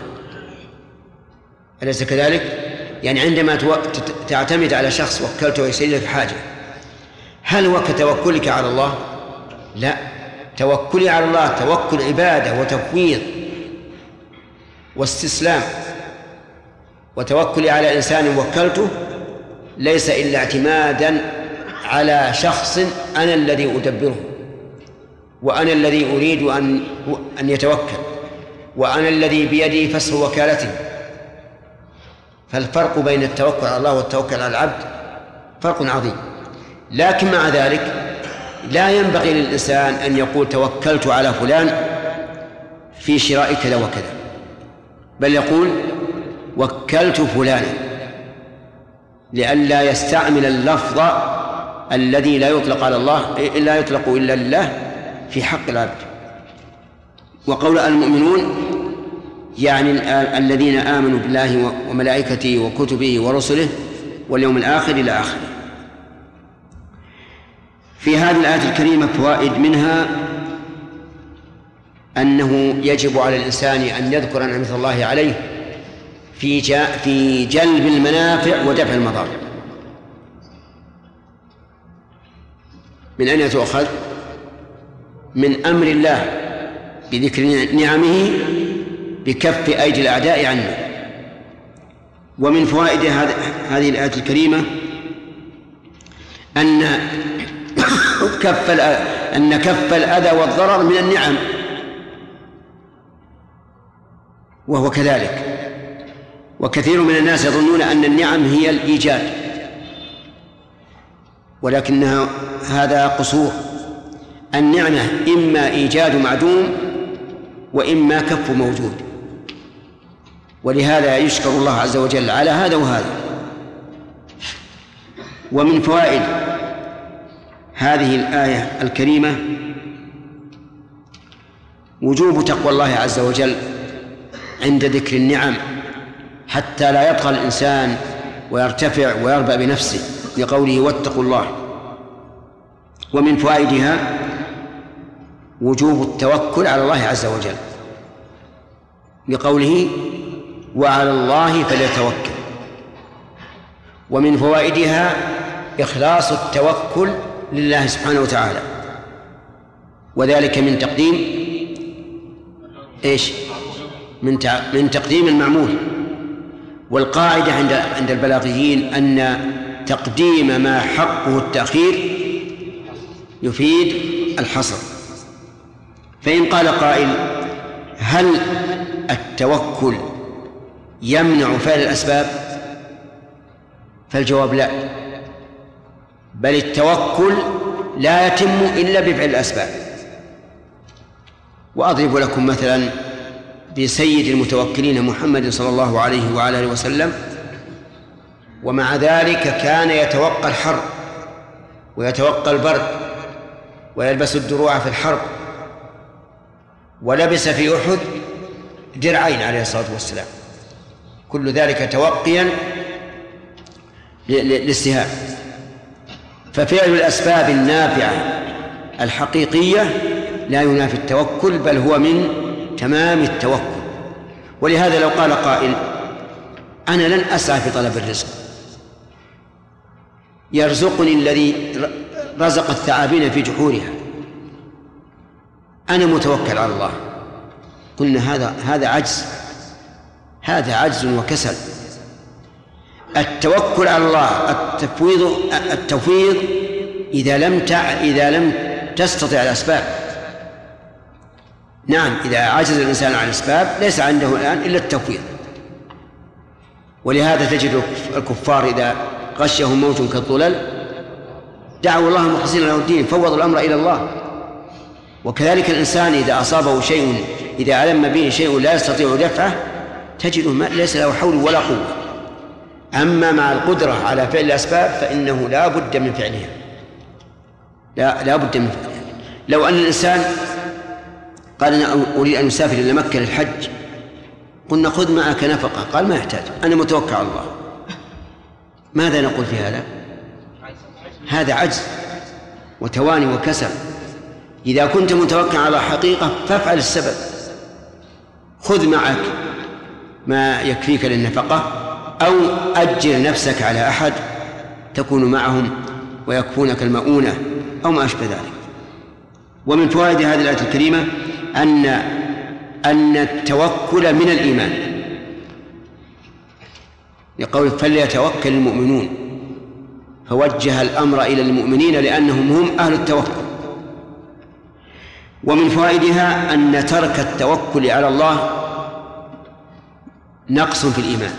أليس كذلك؟ يعني عندما تعتمد على شخص وكلته يشتري لك حاجة، هل هو كتوكلك على الله؟ لا، توكلي على الله توكل عبادة وتفويض واستسلام، وتوكلي على إنسان وكلته ليس إلا اعتمادا على شخص أنا الذي أدبره، وأنا الذي أريد أن أن يتوكل، وأنا الذي بيدي فسخ وكالته. فالفرق بين التوكل على الله والتوكل على العبد فرق عظيم. لكن مع ذلك لا ينبغي للإنسان أن يقول توكلت على فلان في شراء كذا وكذا، بل يقول وكلت فلانا، لئلا يستعمل اللفظ الذي لا يطلق على الله لا يطلق إلا لله في حق العبد. وقول المؤمنون يعني الذين آمنوا بالله وملائكته وكتبه ورسله واليوم الآخر إلى آخره. في هذه الآية الكريمة فوائد، منها أنه يجب على الإنسان أن يذكر نعمة الله عليه في في جلب المنافع ودفع المضار. من أين تؤخذ؟ من أمر الله بذكر نعمه بكف أيدي الأعداء عنه. ومن فوائد هذه الآية الكريمة أن كف أن كف الأذى والضرر من النعم، وهو كذلك. وكثير من الناس يظنون أن النعم هي الإيجاد، ولكنها هذا قصور. النعمة إما إيجاد معدوم وإما كف موجود، ولهذا يشكر الله عز وجل على هذا وهذا. ومن فوائد هذه الآية الكريمة وجوب تقوى الله عز وجل عند ذكر النعم، حتى لا يطغى الإنسان ويرتفع ويربأ بنفسه، لقوله واتقوا الله. ومن فوائدها وجوب التوكل على الله عز وجل، لقوله وعلى الله فليتوكل. ومن فوائدها إخلاص التوكل لله سبحانه وتعالى، وذلك من تقديم إيش؟ من من تقديم المعمول. والقاعدة عند عند البلاغيين أن تقديم ما حقه التأخير يفيد الحصر. فإن قال قائل هل التوكل يمنع فعل الأسباب؟ فالجواب لا، بل التوكل لا يتم إلا بفعل الأسباب. وأضرب لكم مثلا بسيد المتوكلين محمد صلى الله عليه وعلى آله وسلم، ومع ذلك كان يتوقى الحر ويتوقى البرد ويلبس الدروع في الحرب، ولبس في أحد درعين عليه الصلاة والسلام، كل ذلك توقيا للسهام. ففعل الأسباب النافعة الحقيقية لا ينافي التوكل، بل هو من تمام التوكل. ولهذا لو قال قائل أنا لن أسعى في طلب الرزق، يرزقني الذي رزق الثعابين في جحورها، أنا متوكل على الله، قلنا هذا هذا عجز، هذا عجز وكسل. التوكل على الله التفويض التفويض إذا لم تع إذا لم تستطع الأسباب. نعم، إذا عجز الإنسان عن الأسباب ليس عنده الآن إلا التفويض. ولهذا تجد الكفار إذا غشهم موج كالظلل دعوا الله مخلصين له الدين، فوضوا الأمر إلى الله. وكذلك الإنسان إذا أصابه شيء، إذا علم به شيء لا يستطيع دفعه، تجده ليس له حول ولا قوة. أما مع القدرة على فعل الأسباب فإنه لا بد من فعلها، لا, لا بد من فعلها. لو أن الإنسان قال أنا أريد أن أسافر إلى مكة للحج، قلنا خذ معك نفقة، قال ما يحتاج أنا متوكل على الله، ماذا نقول في هذا؟ هذا عجز وتواني وكسل. إذا كنت متوكل على حقيقة فافعل السبب، خذ معك ما يكفيك للنفقة أو أجر نفسك على أحد تكون معهم ويكفونك المؤونة أو ما أشبه ذلك. ومن فوائد هذه الآية الكريمة أن أن التوكل من الإيمان، لقول فليتوكل المؤمنون، فوجه الأمر إلى المؤمنين لأنهم هم أهل التوكل. ومن فوائدها أن ترك التوكل على الله نقص في الإيمان،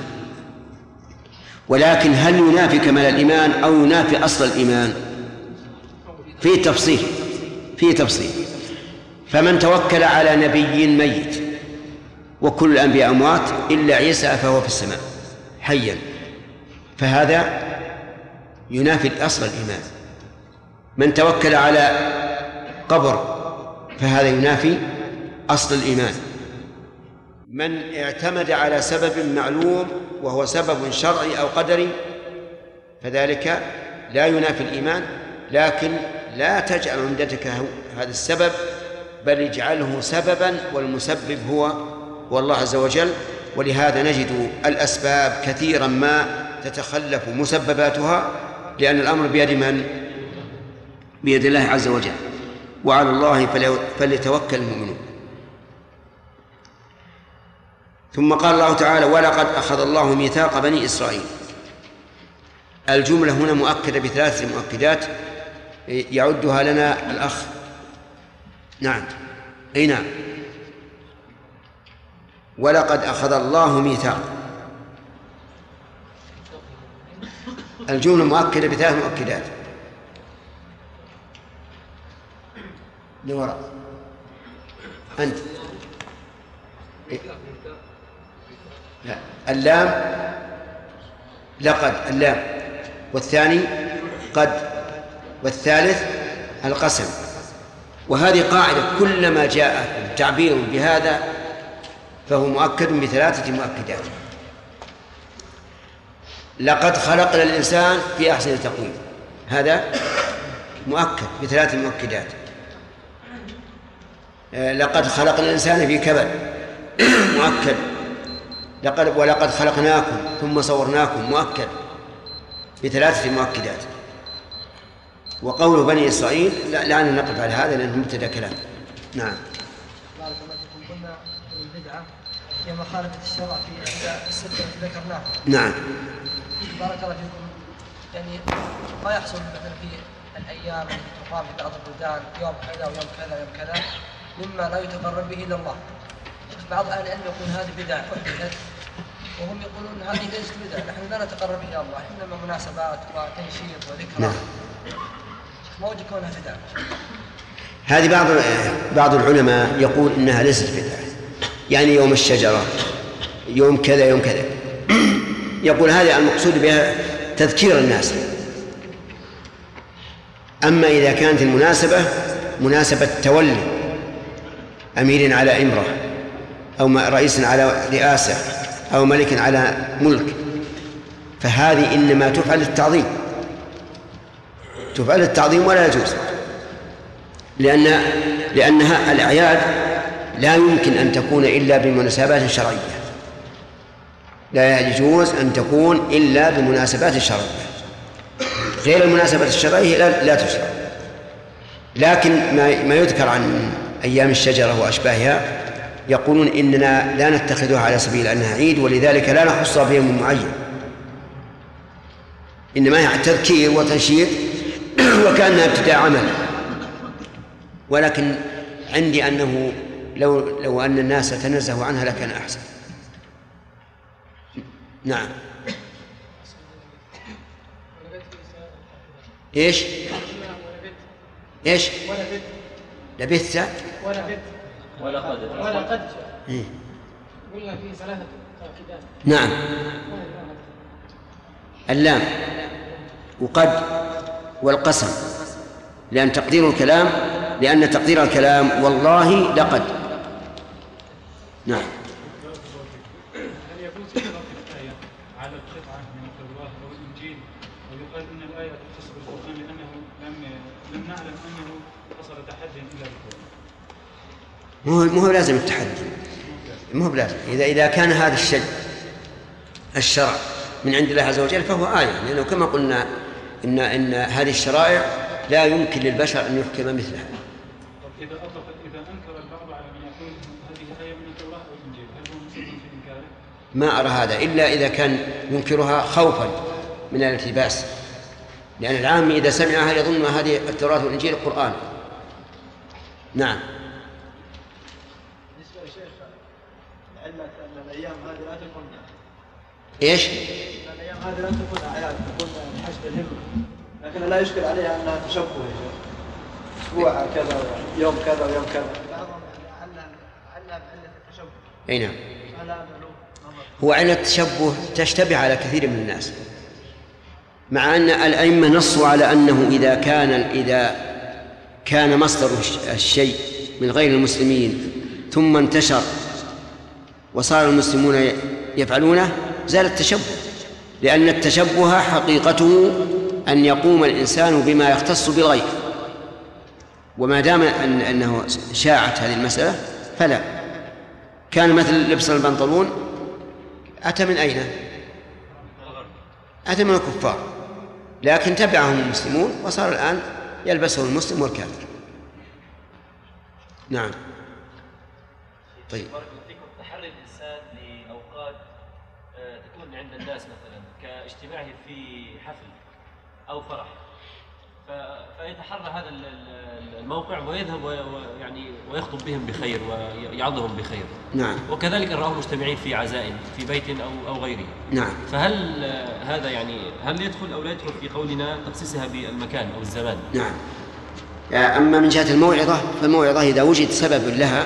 ولكن هل ينافي كمال الإيمان أو ينافي أصل الإيمان؟ فيه تفصيل فيه تفصيل فمن توكل على نبي ميت، وكل الأنبياء أموات إلا عيسى فهو في السماء حيا، فهذا ينافي أصل الإيمان. من توكل على قبر فهذا ينافي أصل الإيمان. من اعتمد على سبب معلوم وهو سبب شرعي أو قدري فذلك لا ينافي الإيمان، لكن لا تجعل عمدتك هذا السبب، بل اجعله سببا والمسبب هو هو الله عز وجل. ولهذا نجد الأسباب كثيرا ما تتخلف مسبباتها، لأن الأمر بيد من؟ بيد الله عز وجل، وعلى الله فليتوكل المؤمنون. ثم قال الله تعالى ولقد أخذ الله ميثاق بني إسرائيل. الجملة هنا مؤكدة بثلاث مؤكدات يعدها لنا الأخ. نعم أي نعم، ولقد أخذ الله ميثاق، الجملة مؤكدة بثلاث مؤكدات. لوراء أنت لا. اللام لقد اللام، والثاني قد، والثالث القسم. وهذه قاعدة كلما جاء تعبير بهذا فهو مؤكد بثلاثة مؤكدات. لقد خلقنا الإنسان في أحسن تقويم، هذا مؤكد بثلاث مؤكدات. لقد خلقنا الإنسان في كبد مؤكد. لقد ولقد خلقناكم ثم صورناكم مؤكد بثلاثة مؤكدات. وقول بني إسرائيل لا, لا نقف على هذا لأنه مبتدأ كلام. نعم. بارك الله فيكم. قلنا البدعة هي مخالفة الشرع في الستة التي ذكرناها. نعم. بارك الله فيكم. يعني ما يحصل مثلا في الأيام التي تقام في بعض البلدان يوم كذا ويوم كذا ويوم كذا مما لا يتقرب به إلى الله. بعض أهل العلم يقول هذه بدعة أحدثت، وهم يقولون هذه ليست بدعة، نحن لا نتقرب إلى الله، إنما مناسبات وتنشيط وذكرى. نعم. ما وجه كونها بدعة؟ هذه بعض بعض العلماء يقول إنها ليست بدعة، يعني يوم الشجرة يوم كذا يوم كذا يقول هذا المقصود بها تذكير الناس. أما إذا كانت المناسبة مناسبة تولي أمير على إمرة أو رئيس على رئاسة أو ملك على ملك فهذه إنما تفعل للتعظيم، تفعل للتعظيم ولا يجوز، لأن لأنها الأعياد لا يمكن أن تكون إلا بمناسبات شرعية، لا يجوز أن تكون إلا بمناسبات شرعية، غير المناسبات الشرعية لا, لا تشرع. لكن ما, ما يذكر عن أيام الشجرة وأشباهها يقولون إننا لا نتخذها على سبيل أنها عيد، ولذلك لا نخصها بيوم معين، إنما هي تذكير وتنشيط وكأنها ابتداء عمل. ولكن عندي أنه لو, لو أن الناس تنزهوا عنها لكان أحسن. نعم. إيش إيش لبثت ولقد ولقد قلنا فيه ثلاثة تأكيدات. نعم. اللام وقد والقسم، لأن تقدير الكلام لأن تقدير الكلام والله لقد. نعم. هل يجوز إضافة الآية على القطعة من التوراة أو الإنجيل ويقال إن الآية تختص بالقرآن لأنه لم لم نعلم أنه حصل تحدي إلا بالقرآن؟ مو مو لازم التحدي، مو بلازم. إذا إذا كان هذا الشيء الشرع من عند الله عز وجل فهو آية، لأنه كما قلنا إن إن هذه الشرائع لا يمكن للبشر أن يحكم مثلها. إذا أطلق إذا أنكر البعض على من يقول هذه آية من التوراة أو الإنجيل هل هو مسلم في إنكاره؟ ما أرى هذا إلا إذا كان ينكرها خوفا من الالتباس، لأن العام إذا سمعها يظن هذه التوراة والإنجيل القرآن. نعم. بالنسبة للشيخ علة أن الأيام هذه لا تكون إيش؟ الأيام هذه لا تكون أعياد، تكون حسب الهمة، لكن لا يشكل عليها أنها تشبه يا شيخ، أسبوع كذا يوم كذا ويوم كذا. بعضهم علّها علّها بعلة التشبه. أي نعم. هو علة التشبه تشتبه على كثير من الناس، مع أن الأئمة نصوا على أنه إذا كان إذا كان مصدر الشيء من غير المسلمين ثم انتشر وصار المسلمون يفعلونه زال التشبه، لأن التشبه حقيقته أن يقوم الإنسان بما يختص بالغير، وما دام أن أنه شاعت هذه المسألة فلا. كان مثل لبس البنطلون أتى من أين؟ أتى من الكفار، لكن تبعهم المسلمون وصار الآن يلبسه المسلم والكافر. نعم. طيب. تحري الإنسان لأوقات تكون عند الناس مثلا كاجتماعه في حفل أو فرح، فيتحرى هذا الموقع ويذهب ويعني ويخطب بهم بخير ويعظهم بخير. نعم. وكذلك رآهم مجتمعين في عزائم في بيت أو أو غيره. نعم. فهل هذا يعني هل يدخل أو لا يدخل في قولنا تخصيصها بالمكان أو الزمان؟ نعم. أما من جهة الموعظة فالموعظة إذا وجد سبب لها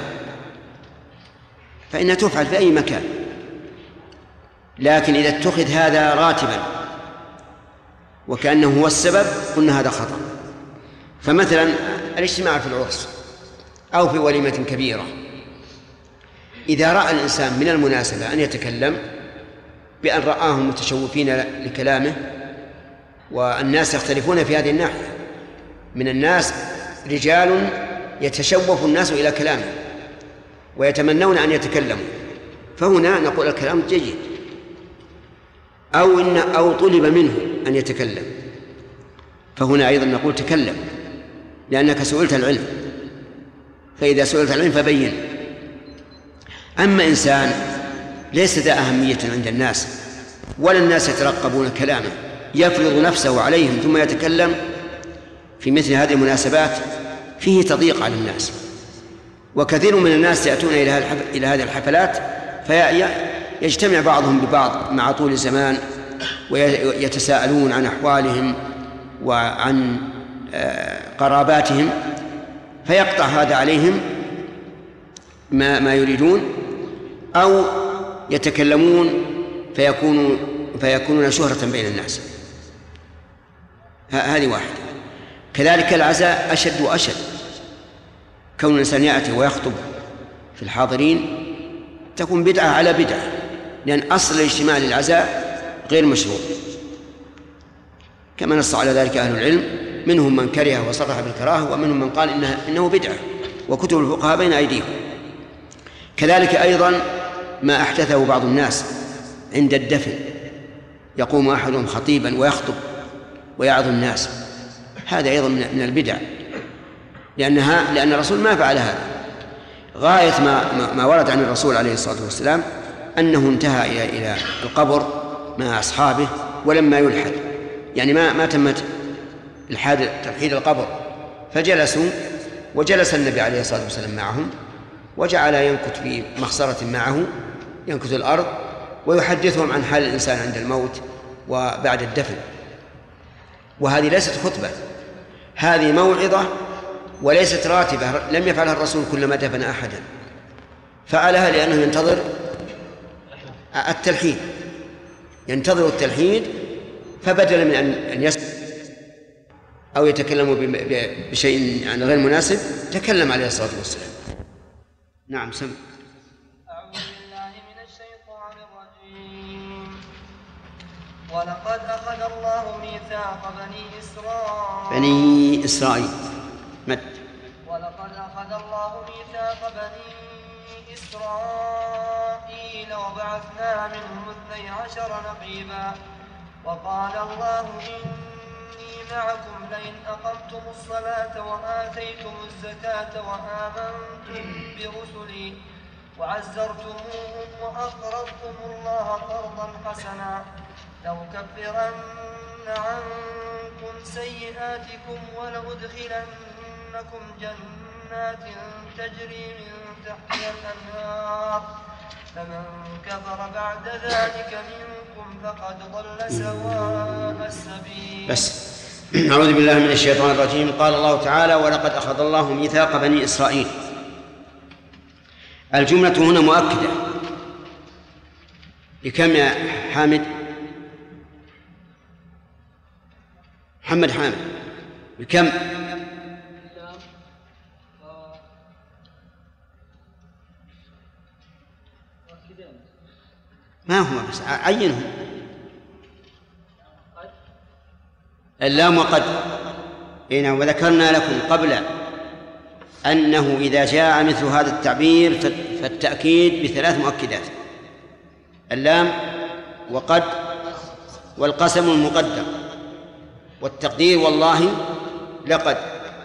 فإنها تفعل في أي مكان، لكن إذا اتخذ هذا راتبا وكأنه هو السبب قلنا هذا خطأ. فمثلا الاجتماع في العرس أو في وليمة كبيرة، إذا رأى الإنسان من المناسبة أن يتكلم بأن رآهم متشوفين لكلامه، والناس يختلفون في هذه الناحية، من الناس رجال يتشوف الناس إلى كلامه ويتمنون أن يتكلموا، فهنا نقول الكلام جيد، أو إن أو طلب منه أن يتكلم، فهنا أيضا نقول تكلم لأنك سئلت العلم، فإذا سئلت العلم فبين. أما إنسان ليس ذا أهمية عند الناس ولا الناس يترقبون كلامه يفرض نفسه عليهم ثم يتكلم في مثل هذه المناسبات فيه تضييق على الناس، وكثير من الناس يأتون إلى هذه الحفلات فيجتمع بعضهم ببعض مع طول الزمان ويتساءلون عن أحوالهم وعن قراباتهم، فيقطع هذا عليهم ما ما يريدون، أو يتكلمون فيكونوا فيكونون شهرة بين الناس. هذه واحدة. كذلك العزاء أشد وأشد، كون الإنسان يأتي ويخطب في الحاضرين تكون بدعة على بدعة، لأن أصل الاجتماع للعزاء غير مشروع، كما نص على ذلك أهل العلم، منهم من كره وصرح بالكراهة ومنهم من قال إنه, إنه بدعة، وكتب الفقهاء بين أيديهم. كذلك أيضا ما أحدثه بعض الناس عند الدفن، يقوم أحدهم خطيبا ويخطب ويعظ الناس، هذا أيضا من البدع، لأنها لأن الرسول ما فعل هذا. غاية ما ما ورد عن الرسول عليه الصلاة والسلام أنه انتهى إلى إلى القبر مع أصحابه ولما يلحد، يعني ما ما تمت الحاد تلحيد القبر، فجلسوا وجلس النبي عليه الصلاة والسلام معهم وجعل ينكت في مخصرة معه ينكت الأرض ويحدثهم عن حال الإنسان عند الموت وبعد الدفن. وهذه ليست خطبة، هذه موعظة وليست راتبة، لم يفعلها الرسول كلما دفن أحدا، فعلها لأنه ينتظر التلحيد، ينتظر التلحيد، فبدل من أن يسمع أو يتكلم بشيء يعني غير مناسب تكلم عليه الصلاة والسلام. نعم سم. أعوذ بالله من الشيطان الرجيم. ولقد أخذ الله ميثاق بني إسرائيل بني إسرائيل مد. ولقد أخذ الله ميثاق بني إسرائيل وبعثنا منهم اثني عشر نقيبا وقال الله إني معكم لئن أقمتم الصلاة وآتيتم الزكاة وآمنتم برسلي وعزرتموهم وأقرضتم الله قرضا حسنا لأكفرن عنكم سيئاتكم ولأدخلنكم جنات تجري من تحتها الأنهار فمن كفر بعد ذلك منكم فقد ضل سواء السبيل. بس أعوذ بالله من الشيطان الرجيم. قال الله تعالى ولقد أخذ الله ميثاق بني إسرائيل. الجملة هنا مؤكدة بكم يا حامد؟ محمد حامد بكم؟ ما هو بس عينهم اللام وقد. إيه وذكرنا لكم قبل أنه إذا جاء مثل هذا التعبير فالتأكيد بثلاث مؤكدات: اللام وقد والقسم المقدر والتقدير والله لقد.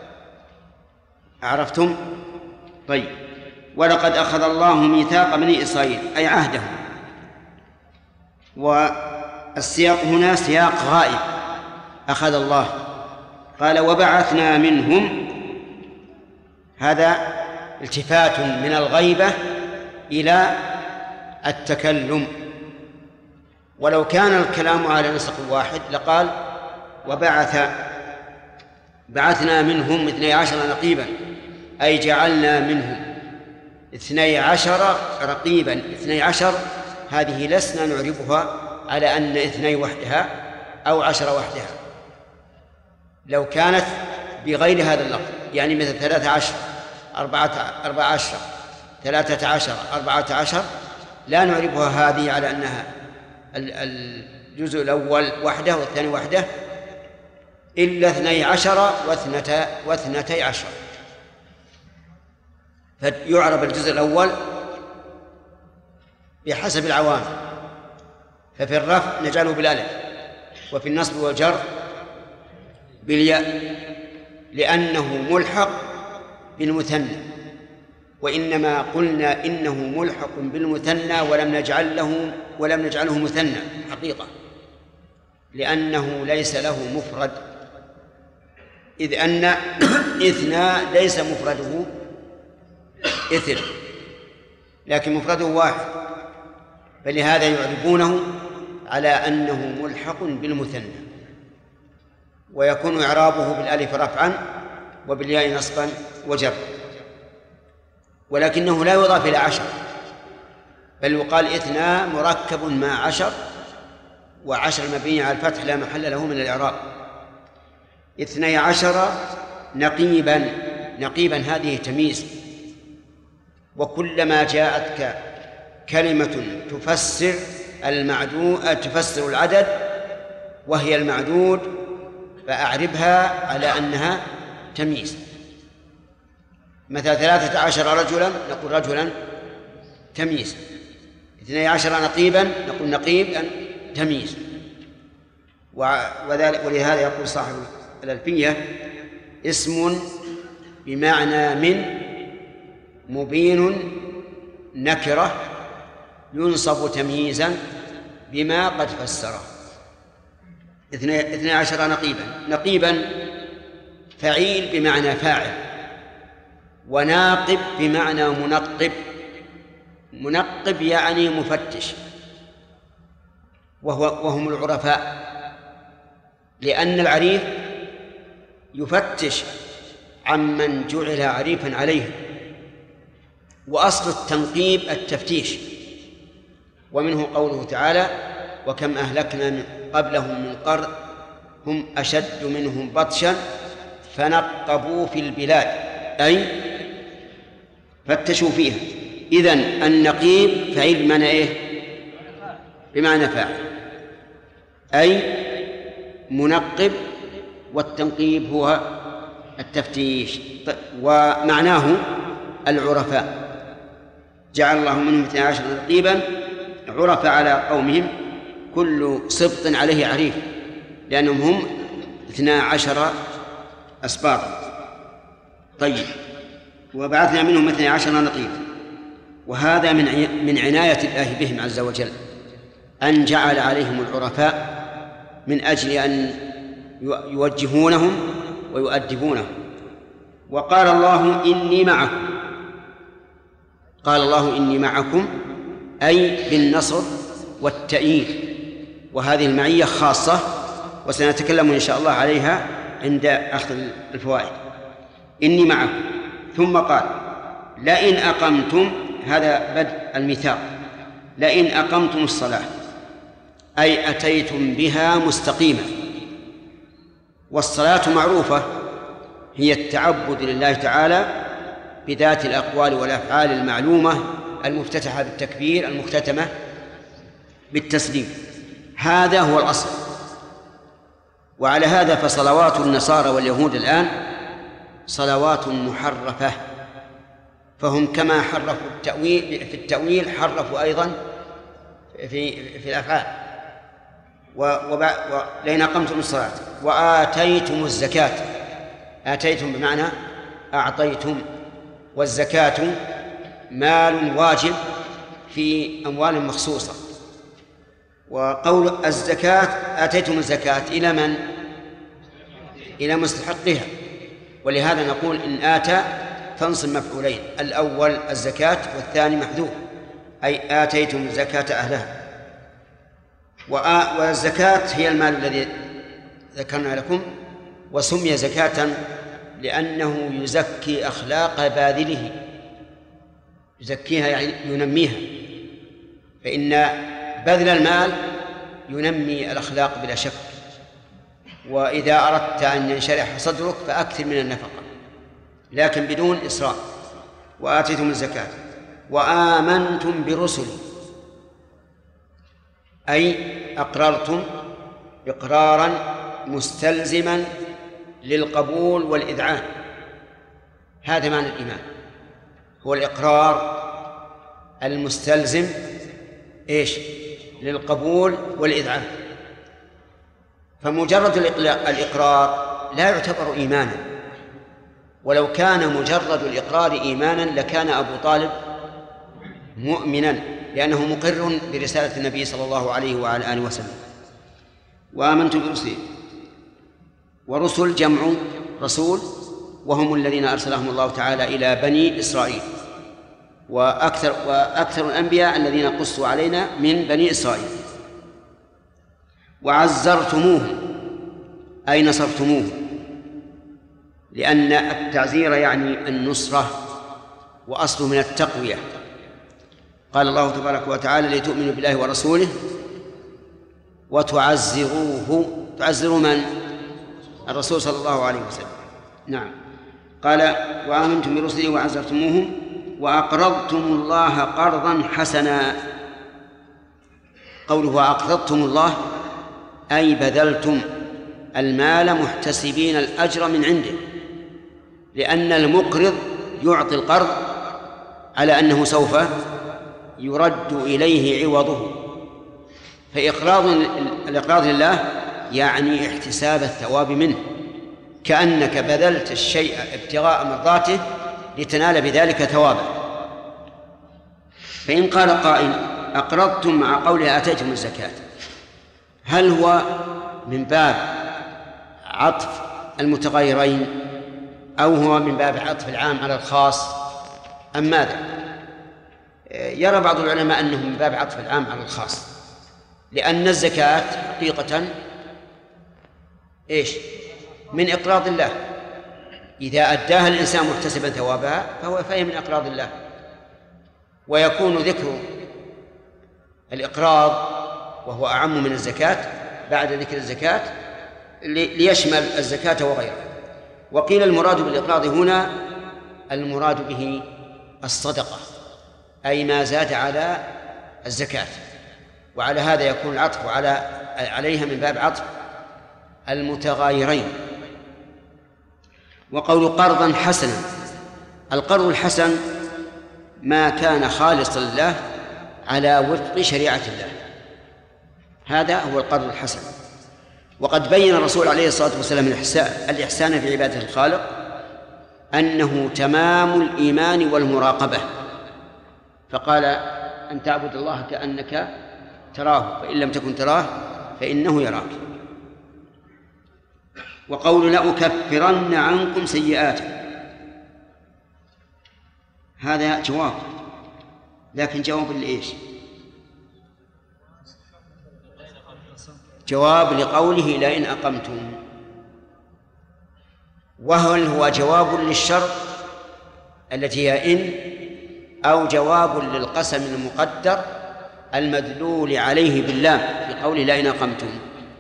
عرفتم؟ طيب. ولقد أخذ الله ميثاق بني إسرائيل أي عهدهم، والسياق هنا سياق غائب. أخذ الله قال وبعثنا منهم، هذا التفات من الغيبة إلى التكلم. ولو كان الكلام على نسق واحد لقال وبعث بعثنا منهم اثني عشر نقيبا أي جعلنا منهم اثني عشر رقيبا. اثني عشر هذه لسنا نعرفها على أن اثني وحدها أو عشر وحدها. لو كانت بغير هذا اللفظ يعني مثل ثلاثة عشر أربعة أربعة عشر ثلاثة عشر أربعة عشر لا نعرفها هذه على أنها الجزء الأول وحده والثاني وحده، إلا اثني عشر واثنتا واثنتي عشر. فيعرب الجزء الأول بحسب العوامل، ففي الرفع نجعله بالألف، وفي النصب والجر بالياء، لأنه ملحق بالمثنى. وإنما قلنا إنه ملحق بالمثنى ولم نجعل له ولم نجعله مثنى حقيقة، لأنه ليس له مفرد، إذ أن اثنا ليس مفرده اثر لكن مفرده واحد، فلهذا يعربونه على أنه ملحق بالمثنى، ويكون إعرابه بالألف رفعا وبالياء نصبا وجر. ولكنه لا يضاف إلى عشر، بل يقال اثنا مركب مع عشر، وعشر مبني على الفتح لا محل له من الإعراب. اثني عشر نقيبا. نقيبا هذه تمييز، وكلما جاءتك كلمة تفسر المعدود تفسر العدد وهي المعدود فأعربها على أنها تمييز. مثلا ثلاثة عشر رجلا نقول رجلا تمييز، اثني عشر نقيبا نقول نقيب تمييز. وذلك ولهذا يقول صاحب الألفية اسم بمعنى من مبين نكرة ينصب تمييزا بما قد فسره. اثني عشر نقيبا. نقيبا فعيل بمعنى فاعل، وناقب بمعنى منقب. منقب يعني مفتش، وهو وهم العرفاء، لأن العريف يفتش عمن جعل عريفا عليه، وأصل التنقيب التفتيش. ومنه قوله تعالى وكم أهلكنا من قبلهم من قرن هم أشد منهم بطشا فنقبوا في البلاد، أي فتشوا فيها. إذن النقيب فعيل بمعنى إيه؟ بمعنى فاعل، أي منقب، والتنقيب هو التفتيش، ومعناه العرفاء. جعل الله منهم اثني عشر نقيبا عرفاء على قومهم، كل سبط عليه عريف، لأنهم هم اثنا عشر أسباطا. طيب، وبعثنا منهم اثني عشر نقيب، وهذا من من عناية الله بهم عز وجل، أن جعل عليهم العرفاء من أجل أن يوجهونهم ويؤدبونهم. وقال الله إني معكم، قال الله إني معكم أي بالنصر والتأييد، وهذه المعية خاصة وسنتكلم إن شاء الله عليها عند أخذ الفوائد. إني معكم. ثم قال لئن أقمتم، هذا بدء الميثاق، لئن أقمتم الصلاة أي أتيتم بها مستقيمة. والصلاة معروفة هي التعبد لله تعالى بذات الأقوال والأفعال المعلومة المفتتحة بالتكبير المختتمة بالتسليم، هذا هو الأصل. وعلى هذا فصلوات النصارى واليهود الآن صلوات محرفة، فهم كما حرفوا التأويل في التأويل حرفوا أيضا في في الأفعال. ولئن أقمتم الصلاة وآتيتم الزكاة، آتيتم بمعنى أعطيتم، والزكاة مال واجب في أموال مخصوصة. وقول الزكاة آتيتم الزكاة إلى من؟ إلى مستحقها. ولهذا نقول إن آتى تنصب مفعولين، الأول الزكاة والثاني محذوف، أي آتيتم الزكاة أهلها. والزكاة هي المال الذي ذكرنا لكم، وسمي زكاة لأنه يزكي أخلاق باذله، يزكيها يعني ينميها، فإن بذل المال ينمي الأخلاق بلا شك. وإذا أردت أن ينشرح صدرك فأكثر من النفقة لكن بدون إسراف. وآتيتم الزكاة وآمنتم برسلي أي أقررتم إقرارا مستلزما للقبول والإذعان. هذا معنى الإيمان، هو الإقرار المستلزم إيش؟ للقبول والإذعان. فمجرد الإقرار لا يعتبر إيمانا، ولو كان مجرد الإقرار إيمانا لكان أبو طالب مؤمنا، لأنه مقر برسالة النبي صلى الله عليه وعلى آله وسلم. وآمنتم برسله، ورسل جمع رسول، وهم الذين أرسلهم الله تعالى إلى بني إسرائيل، وأكثر, وأكثر الأنبياء الذين قصوا علينا من بني إسرائيل. وعزرتموه أي نصرتموه، لأن التعزير يعني النصرة، وأصله من التقوية. قال الله تبارك وتعالى لتؤمنوا بالله ورسوله وتعزروه. تعزروا من؟ الرسول صلى الله عليه وسلم. نعم. قال وآمنتم برسله وعزرتموهم وأقرضتم الله قرضا حسنا. قوله وأقرضتم الله أي بذلتم المال محتسبين الأجر من عنده، لأن المقرض يعطي القرض على أنه سوف يرد إليه عوضه. فإقراض الإقراض لله يعني احتساب الثواب منه، كأنك بذلت الشيء ابتغاء مرضاته لتنال بذلك ثوابا. فإن قال قائل أقرضتم مع قوله آتيتم الزكاة، هل هو من باب عطف المتغيرين أو هو من باب عطف العام على الخاص أم ماذا؟ يرى بعض العلماء أنه من باب عطف العام على الخاص، لأن الزكاة حقيقة إيش؟ من إقراض الله، إذا أداها الإنسان محتسبا ثوابها فهو فهي من إقراض الله. ويكون ذكر الإقراض وهو أعم من الزكاة بعد ذكر الزكاة ليشمل الزكاة وغيرها. وقيل المراد بالإقراض هنا المراد به الصدقة، أي ما زاد على الزكاة، وعلى هذا يكون العطف على عليها من باب عطف المتغايرين. وقول قرضا حسنا، القرض الحسن ما كان خالصا لله على وفق شريعة الله، هذا هو القرض الحسن. وقد بين الرسول عليه الصلاة والسلام الإحسان في عبادة الخالق أنه تمام الإيمان والمراقبة، فقال أن تعبد الله كأنك تراه فإن لم تكن تراه فإنه يراك. وقول لأكفرن عنكم سيئاتكم، هذا جواب، لكن جواب لإيش؟ جواب لقوله لئن أقمتم، وهل هو جواب للشرط التي هي إن، أو جواب للقسم المقدر المدلول عليه باللام في قوله لئن أقمتم؟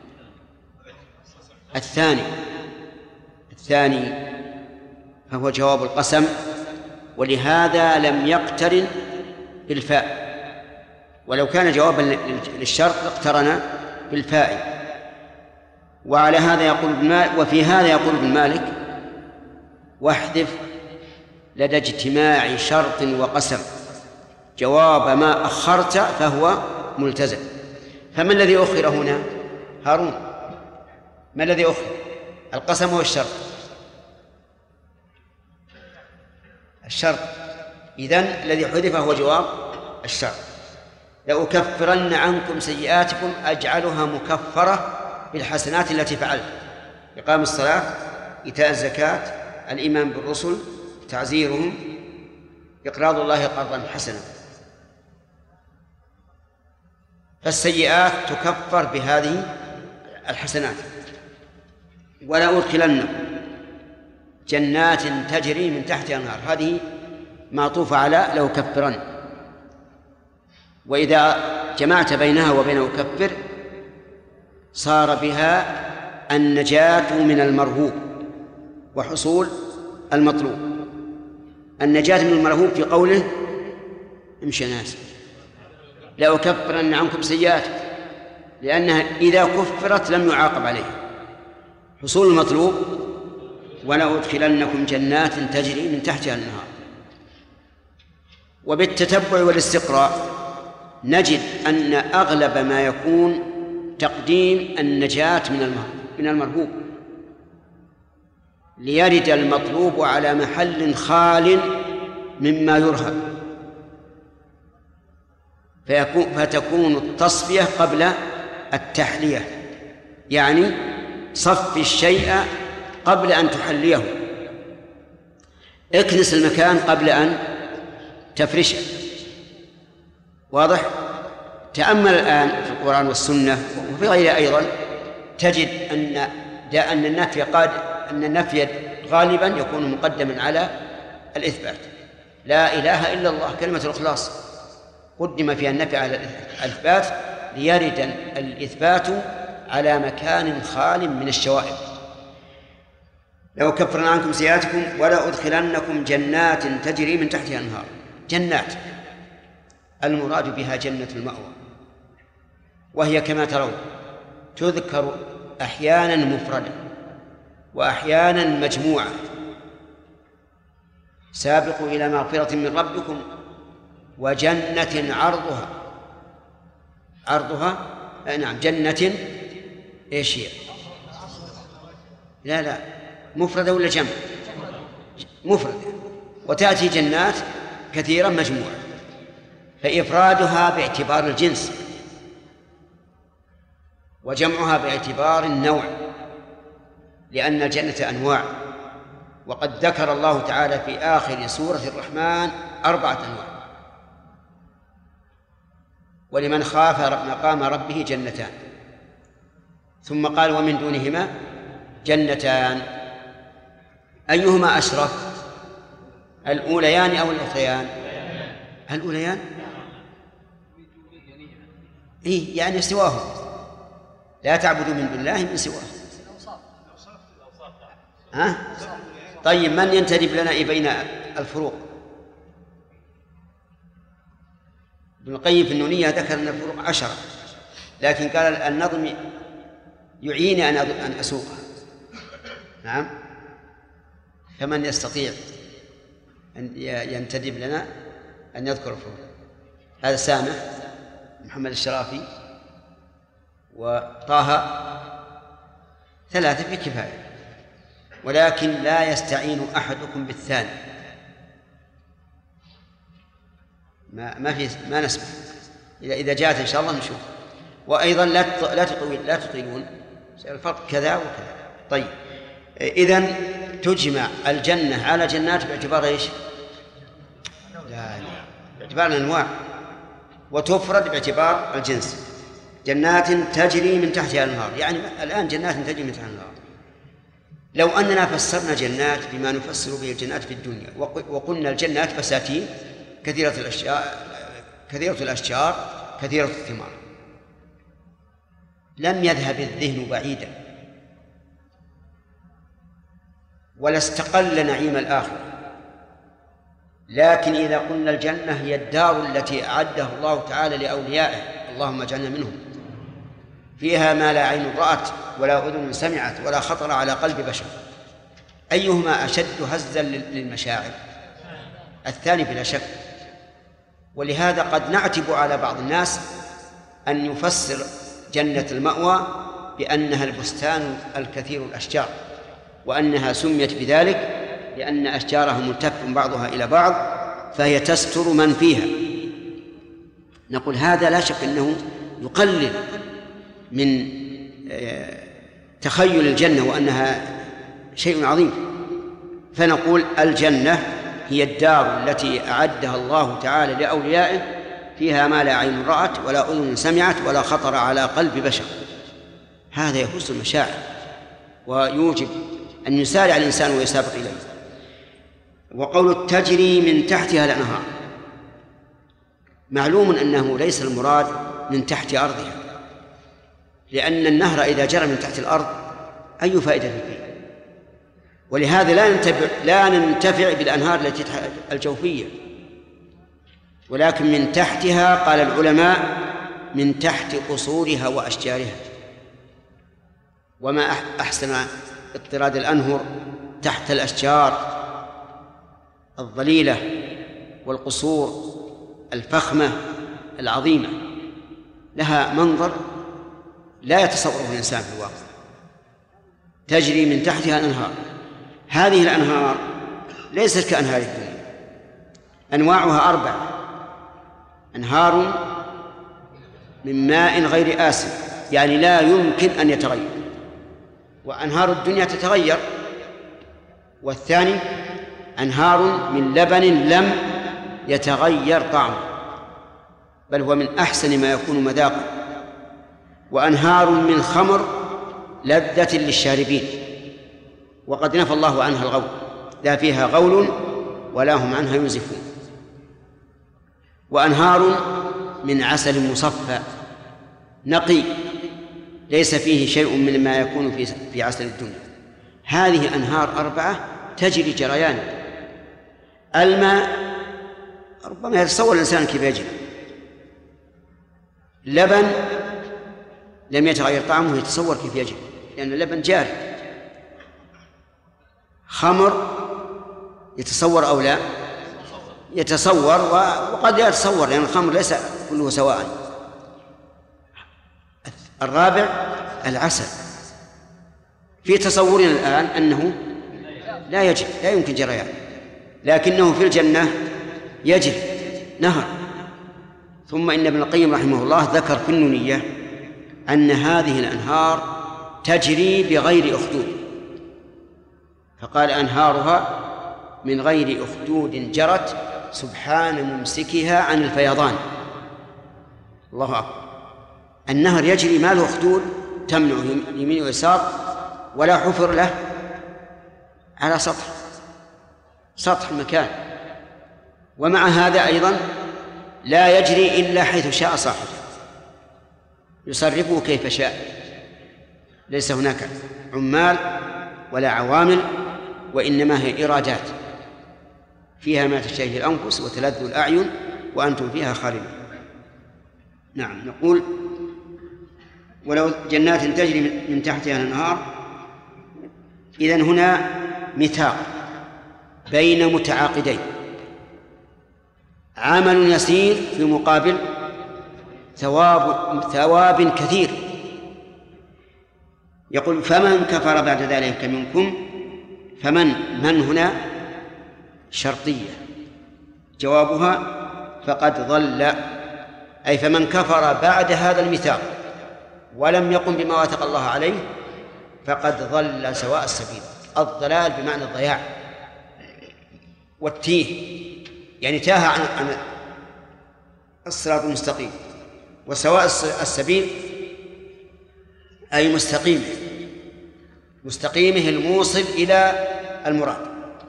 الثاني الثاني فهو جواب القسم، ولهذا لم يقترن بالفاء، ولو كان جوابا للشرط اقترن بالفاء. وعلى هذا يقول ابن وفي هذا يقول ابن مالك واحذف لدى اجتماع شرط وقسم جواب ما أخرت فهو ملتزم. فما الذي أخر هنا؟ هارون، ما الذي أخر؟ القسم والشرط؟ الشرط. إذن الذي حذف هو جواب الشرط. لأكفرن عنكم سيئاتكم أجعلها مكفرة بالحسنات التي فعلت: إقام الصلاة، إيتاء الزكاة، الإيمان بالرسل، تعزيرهم، إقراض الله قرضا حسنا. فالسيئات تكفر بهذه الحسنات. ولا أدخلنكم جنات تجري من تحتها الأنهار، هذه معطوفة على لو كفرن، وإذا جمعت بينها وبين أكفر صار بها النجاة من المرهوب وحصول المطلوب. النجاة من المرهوب في قوله امشي ناس لأكفرن عنكم سيئاتكم، لأنها إذا كفرت لم يعاقب عليها. حصول المطلوب ولا أدخلنكم جنات تجري من تحتها الأنهار. وبالتتبع والاستقراء نجد أن أغلب ما يكون تقديم النجاة من المرهوب ليرد المطلوب على محل خال مما يرهب، فيكون فتكون التصفية قبل التحلية، يعني صف الشيء قبل أن تحليه، اكنس المكان قبل أن تفرشه. واضح؟ تأمل الآن في القرآن والسنة وفي غيرها أيضا تجد أن أن النفي قاد أن النفي غالبا يكون مقدما على الإثبات. لا إله إلا الله كلمة الإخلاص قدم فيها النفي على الإثبات ليرد الإثبات على مكان خال من الشوائب. لو كفرنا عنكم سيئاتكم ولا أدخلنكم جنات تجري من تحتها الأنهار. جنات المراد بها جنة المأوى، وهي كما ترون تذكر أحيانا مفردة وأحيانا مجموعة. سابقوا إلى مغفرة من ربكم وجنة عرضها عرضها آه نعم جنة إيش هي؟ لا لا مفردة ولا جمع؟ مفردة. وتأتي جنات كثيرا مجموعة، فإفرادها باعتبار الجنس وجمعها باعتبار النوع، لأن الجنة أنواع، وقد ذكر الله تعالى في آخر سورة الرحمن أربعة أنواع: ولمن خاف مقام ربه جنتان، ثم قال ومن دونهما جنتان. أيهما أشرف، الأوليان أو الأخريان؟ الأوليان إيه يعني سواهم، لا تعبدوا من دون الله من سواه. ها؟ طيب من ينتدب لنا بين الفروق؟ ابن القيم في النونية ذكر أن الفروق عشرة، لكن قال النظم يعيني أن أسوقها. نعم، فمن يستطيع أن ينتدب لنا أن يذكر الفروق؟ هذا سامح، محمد الشرافي، وطه، ثلاثة بكفاية، ولكن لا يستعين أحدكم بالثاني، ما ما في ما نسمع. إذا إذا جاءت إن شاء الله نشوف. وأيضا لا لا تطيلون لا تطيلون الفرق كذا وكذا. طيب، إذن تجمع الجنة على جنات باعتبار إيش؟ لا لا باعتبار الأنواع، وتفرد باعتبار الجنس. جنات تجري من تحتها الأنهار، يعني الآن جنات تجري من تحتها الأنهار. لو أننا فسرنا جنات بما نفسر به الجنات في الدنيا وقلنا الجنات بساتين كثيرة الأشجار كثيرة الأشجار كثيرة الثمار، لم يذهب الذهن بعيدا ولا استقل نعيم الآخرة. لكن إذا قلنا الجنة هي الدار التي أعدها الله تعالى لأوليائه، اللهم اجعلنا منهم، فيها ما لا عين رأت ولا أذن سمعت ولا خطر على قلب بشر، أيهما أشد هزا للمشاعر؟ الثاني بلا شك. ولهذا قد نعتب على بعض الناس أن يفسر جنة المأوى بأنها البستان الكثير الأشجار، وأنها سميت بذلك لأن أشجارها ملتف بعضها إلى بعض فهي تستر من فيها. نقول هذا لا شك أنه يقلل من تخيل الجنة وأنها شيء عظيم. فنقول الجنة هي الدار التي أعدها الله تعالى لأوليائه، فيها ما لا عين رأت ولا أذن سمعت ولا خطر على قلب بشر. هذا يهز المشاعر ويوجب أن يسارع الإنسان ويسابق إليه. وقول تجري من تحتها الأنهار، معلوم أنه ليس المراد من تحت أرضها، لأن النهر إذا جرى من تحت الأرض أي فائدة فيه؟ ولهذا لا ننتفع, لا ننتفع بالأنهار التي الجوفية، ولكن من تحتها. قال العلماء من تحت قصورها وأشجارها. وما أحسن اضطراد الأنهر تحت الأشجار الظليلة والقصور الفخمة العظيمة، لها منظر لا يتصوره الإنسان في الواقع. تجري من تحتها الأنهار. هذه الأنهار ليست كأنهار الدنيا، أنواعها أربعة: أنهار من ماء غير آسن، يعني لا يمكن أن يتغير، وأنهار الدنيا تتغير. والثاني أنهار من لبن لم يتغير طعمه بل هو من أحسن ما يكون مذاقا. وأنهار من خمر لذة للشاربين، وقد نفى الله عنها الغول، لا فيها غول ولا هم عنها ينزفون. وأنهار من عسل مصفى نقي ليس فيه شيء من ما يكون في في عسل الدنيا. هذه أنهار أربعة تجري جريان. الماء ربما يتصور الإنسان كيف يجري. لبن لم يتغير طعمه يتصور كيف يجري لأن اللبن جاري. خمر يتصور أو لا يتصور، وقد لا يتصور لأن الخمر ليس كله سواء. الرابع العسل، في تصورنا الآن أنه لا يجري، لا يمكن جريان، لكنه في الجنة يجري نهر. ثم إن ابن القيم رحمه الله ذكر في النونية أن هذه الأنهار تجري بغير أخدود، فقال أنهارها من غير أخدود جرت سبحان ممسكها عن الفيضان. الله أكبر. النهر يجري ما له أخدود تمنع يمين ويسار ولا حفر له على سطح سطح المكان. ومع هذا أيضا لا يجري إلا حيث شاء صاحبه، يصرفه كيف شاء، ليس هناك عمال ولا عوامل، وإنما هي إرادات فيها ما تشتهي الأنفس وتلذ الأعين وأنتم فيها خالدون. نعم. نقول ولو جنات تجري من تحتها الأنهار، إذن هنا ميثاق بين متعاقدين، عمل يسير في مقابل ثواب ثواب كثير. يقول فمن كفر بعد ذلك منكم، فمن من هنا شرطية، جوابها فقد ضل، أي فمن كفر بعد هذا الميثاق ولم يقم بما واثق الله عليه فقد ضل سواء السبيل. الضلال بمعنى الضياع والتيه، يعني تاه عن عن الصراط المستقيم، وسواء السبيل أي مستقيم مستقيمه الموصل إلى المراد.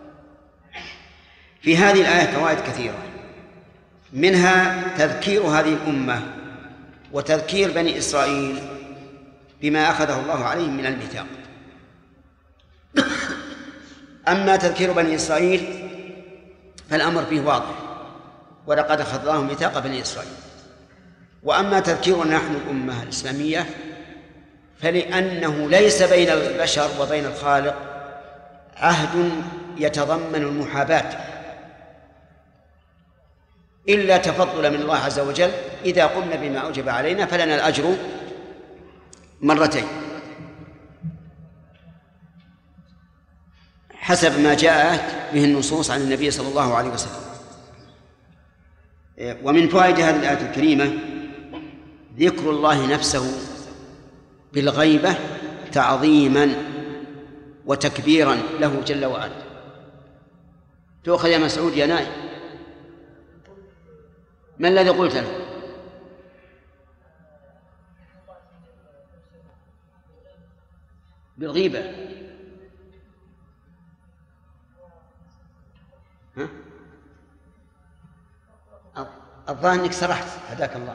في هذه الآية فوائد كثيرة، منها تذكير هذه الأمة وتذكير بني إسرائيل بما أخذه الله عليهم من الميثاق. أما تذكير بني إسرائيل فالأمر فيه واضح، ولقد أخذ الله ميثاق بني إسرائيل. وأما تذكيرنا نحن الأمة الإسلامية فلأنه ليس بين البشر وبين الخالق عهد يتضمن المحاباة إلا تفضل من الله عز وجل. إذا قمنا بما أوجب علينا فلنا الأجر مرتين حسب ما جاءت به النصوص عن النبي صلى الله عليه وسلم. ومن فوائد هذه الآية الكريمة ذكر الله نفسه بالغيبة تعظيما وتكبيرا له جل وعلا. تؤخذ يا مسعود يا نائم، ما الذي قلت له؟ بالغيبة. ها؟ الظاهر انك سرحت، هداك الله.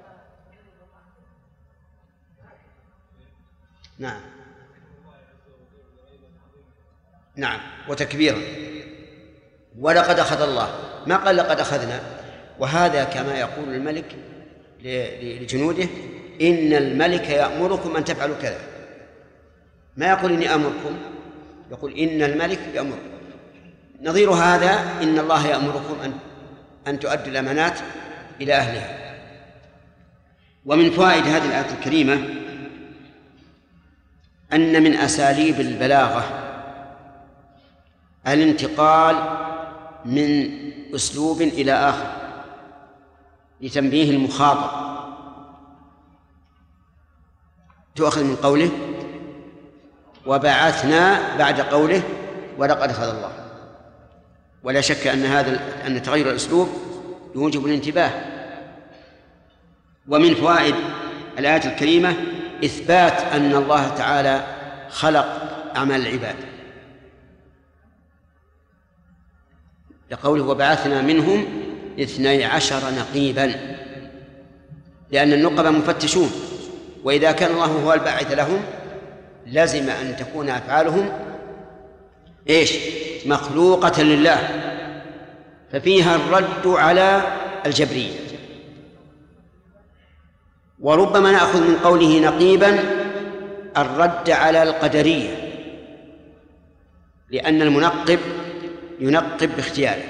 نعم نعم وتكبيرا. ولقد أخذ الله، ما قال لقد أخذنا. وهذا كما يقول الملك لجنوده إن الملك يأمركم أن تفعلوا كذا، ما يقول إني أمركم، يقول إن الملك يأمركم. نظير هذا إن الله يأمركم أن أن تؤدوا الأمانات إلى أهلها. ومن فوائد هذه الآية الكريمة أن من أساليب البلاغة الانتقال من أسلوب إلى آخر لتنبيه المخاطب. تؤخذ من قوله وبعثنا بعد قوله ولقد أخذ الله. ولا شك أن هذا أن تغير الأسلوب يوجب الانتباه. ومن فوائد الآية الكريمة إثبات أن الله تعالى خلق أعمال العباد، لقوله وبعثنا منهم اثني عشر نقيبا، لأن النقبة مفتشون، وإذا كان الله هو الباعث لهم لازم أن تكون أفعالهم إيش؟ مخلوقة لله، ففيها الرد على الجبرية. وربما نأخذ من قوله نقيبا الرد على القدرية، لأن المنقب ينقب باختياره.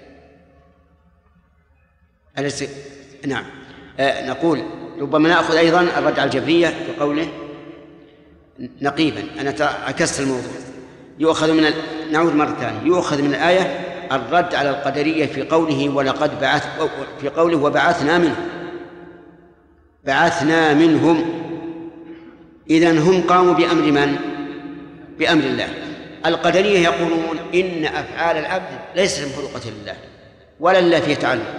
نعم آه نقول ربما نأخذ أيضا الرد على الجبرية بقوله نقيبا. أنا عكست الموضوع. يؤخذ من ال... نعود مرة ثانية، يؤخذ من الآية الرد على القدرية في قوله ولقد بعث، في قوله وبعثنا منهم، بعثنا منهم، إذن هم قاموا بأمر من؟ بأمر الله. القدرية يقولون إن أفعال العبد ليست مخلوقة لله ولا لله فيه تعلق.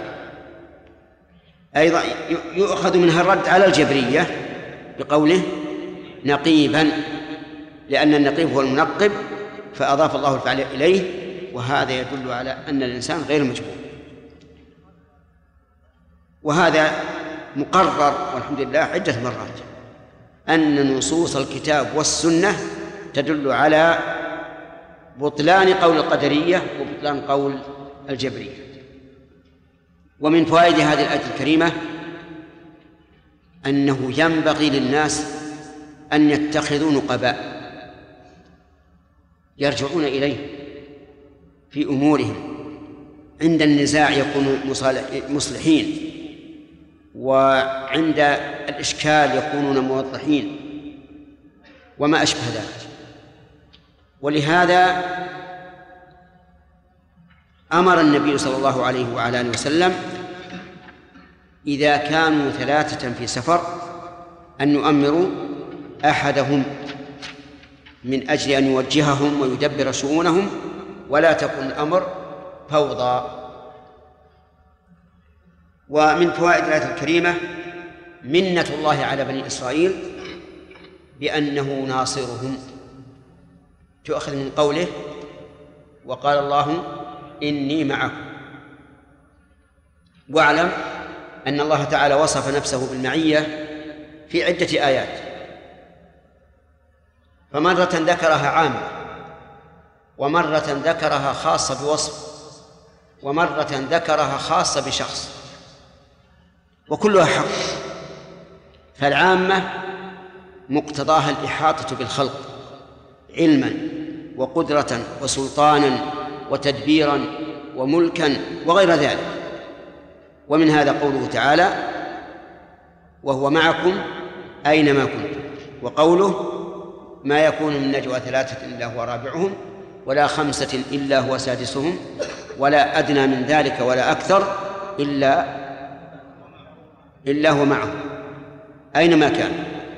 أيضا يؤخذ منها الرد على الجبرية بقوله نقيبا، لأن النقيب هو المنقب فأضاف الله الفعل إليه، وهذا يدل على أن الإنسان غير مجبور. وهذا مقرر والحمد لله عدة مرات أن نصوص الكتاب والسنة تدل على بطلان قول القدرية وبطلان قول الجبرية. ومن فوائد هذه الآية الكريمة أنه ينبغي للناس أن يتخذوا نقباء يرجعون إليه في أمورهم، عند النزاع يكونوا مصلحين، وعند الإشكال يكونون موضحين، وما أشبه ذلك. ولهذا أمر النبي صلى الله عليه وعلى آله وسلم إذا كانوا ثلاثة في سفر أن يؤمروا أحدهم من أجل أن يوجههم ويدبر شؤونهم، ولا تكن الأمر فوضى. ومن فوائد الآية الكريمة منة الله على بني إسرائيل بأنه ناصرهم، تؤخذ من قوله وقال الله إني معكم. واعلم أن الله تعالى وصف نفسه بالمعية في عدة آيات، فمرة ذكرها عامة، ومرة ذكرها خاصة بوصف، ومرة ذكرها خاصة بشخص، وكلها حق. فالعامة مقتضاها الإحاطة بالخلق علما وقدرة وسلطانا وتدبيرا وملكا وغير ذلك. ومن هذا قوله تعالى وهو معكم أينما كنتم، وقوله ما يكون من نجوى ثلاثة إلا هو رابعهم ولا خمسة إلا هو سادسهم ولا أدنى من ذلك ولا أكثر إلا إلا هو معهم أينما كان.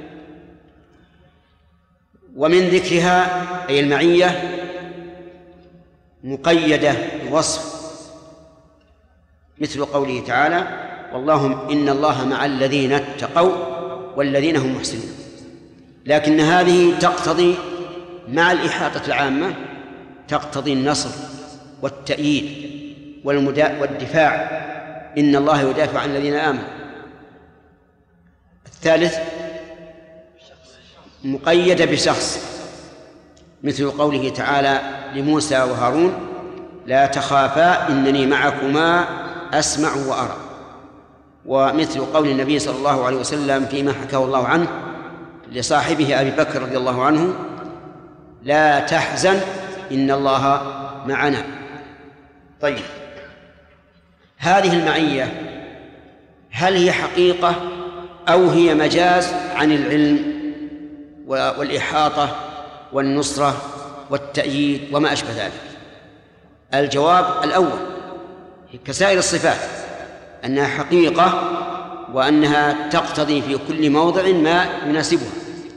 ومن ذكرها أي المعية مقيدة بوصف، مثل قوله تعالى والله إن الله مع الذين اتقوا والذين هم محسنون. لكن هذه تقتضي مع الإحاطة العامة تقتضي النصر والتأييد والدفاع، إن الله يدافع عن الذين آمنوا. الثالث مقيدة بشخص، مثل قوله تعالى لموسى وهارون لا تخافا إنني معكما أسمع وأرى. ومثل قول النبي صلى الله عليه وسلم فيما حكاه الله عنه لصاحبه أبي بكر رضي الله عنه لا تحزن إن الله معنا. طيب، هذه المعية هل هي حقيقة أو هي مجاز عن العلم والإحاطة والنصرة والتأييد وما أشبه ذلك؟ الجواب الأول كسائر الصفات أنها حقيقة وأنها تقتضي في كل موضع ما يناسبها.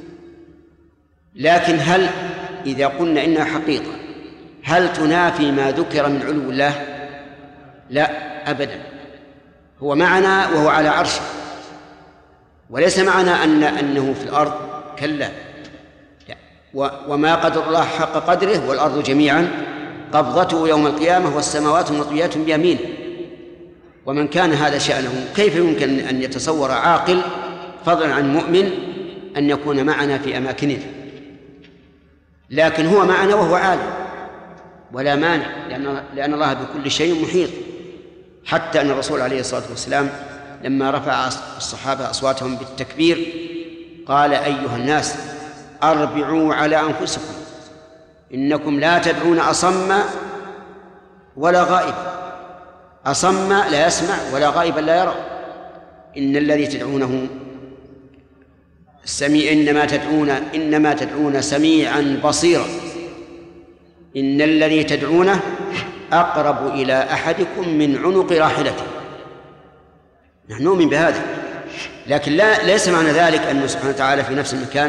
لكن هل إذا قلنا إنها حقيقة هل تنافي ما ذكر من علو الله؟ لا أبدا، هو معنا وهو على عرشه، وليس معنا أن أنه في الأرض، كلا، وما قدر الله حق قدره والأرض جميعا قبضته يوم القيامة والسماوات مطويات بيمينه. ومن كان هذا شأنه كيف يمكن أن يتصور عاقل فضلا عن مؤمن أن يكون معنا في أماكننا؟ لكن هو معنا وهو عالم ولا مانع، لأن, لأن الله بكل شيء محيط. حتى أن الرسول عليه الصلاة والسلام لما رفع الصحابة أصواتهم بالتكبير قال أيها الناس أربعوا على أنفسكم إنكم لا تدعون أصم ولا غائب، أصم لا يسمع ولا غائبا لا يرى، إن الذي تدعونه سميع إنما تدعون إنما تدعون سميعا بصيرا، إن الذي تدعونه أقرب إلى أحدكم من عنق راحلته. نحن نؤمن بهذا، لكن لا ليس معنى ذلك أنه سبحانه وتعالى في نفس المكان،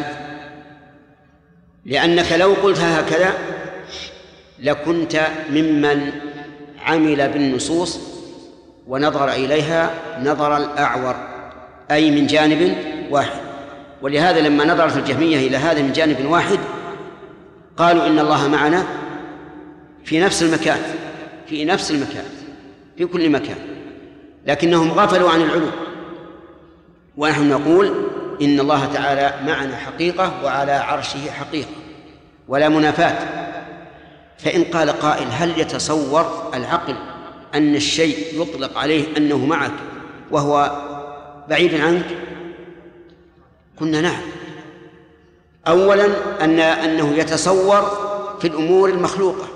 لأنك لو قلتها هكذا لكنت ممن عمل بالنصوص ونظر إليها نظر الأعور، أي من جانب واحد. ولهذا لما نظرت الجهمية إلى هذا من جانب واحد قالوا إن الله معنا في نفس المكان في نفس المكان في كل مكان، لكنهم غفلوا عن العلو. ونحن نقول إن الله تعالى معنا حقيقة وعلى عرشه حقيقة ولا منافاة. فإن قال قائل هل يتصور العقل أن الشيء يطلق عليه أنه معك وهو بعيد عنك؟ قلنا نعم. أولا أن أنه يتصور في الأمور المخلوقة،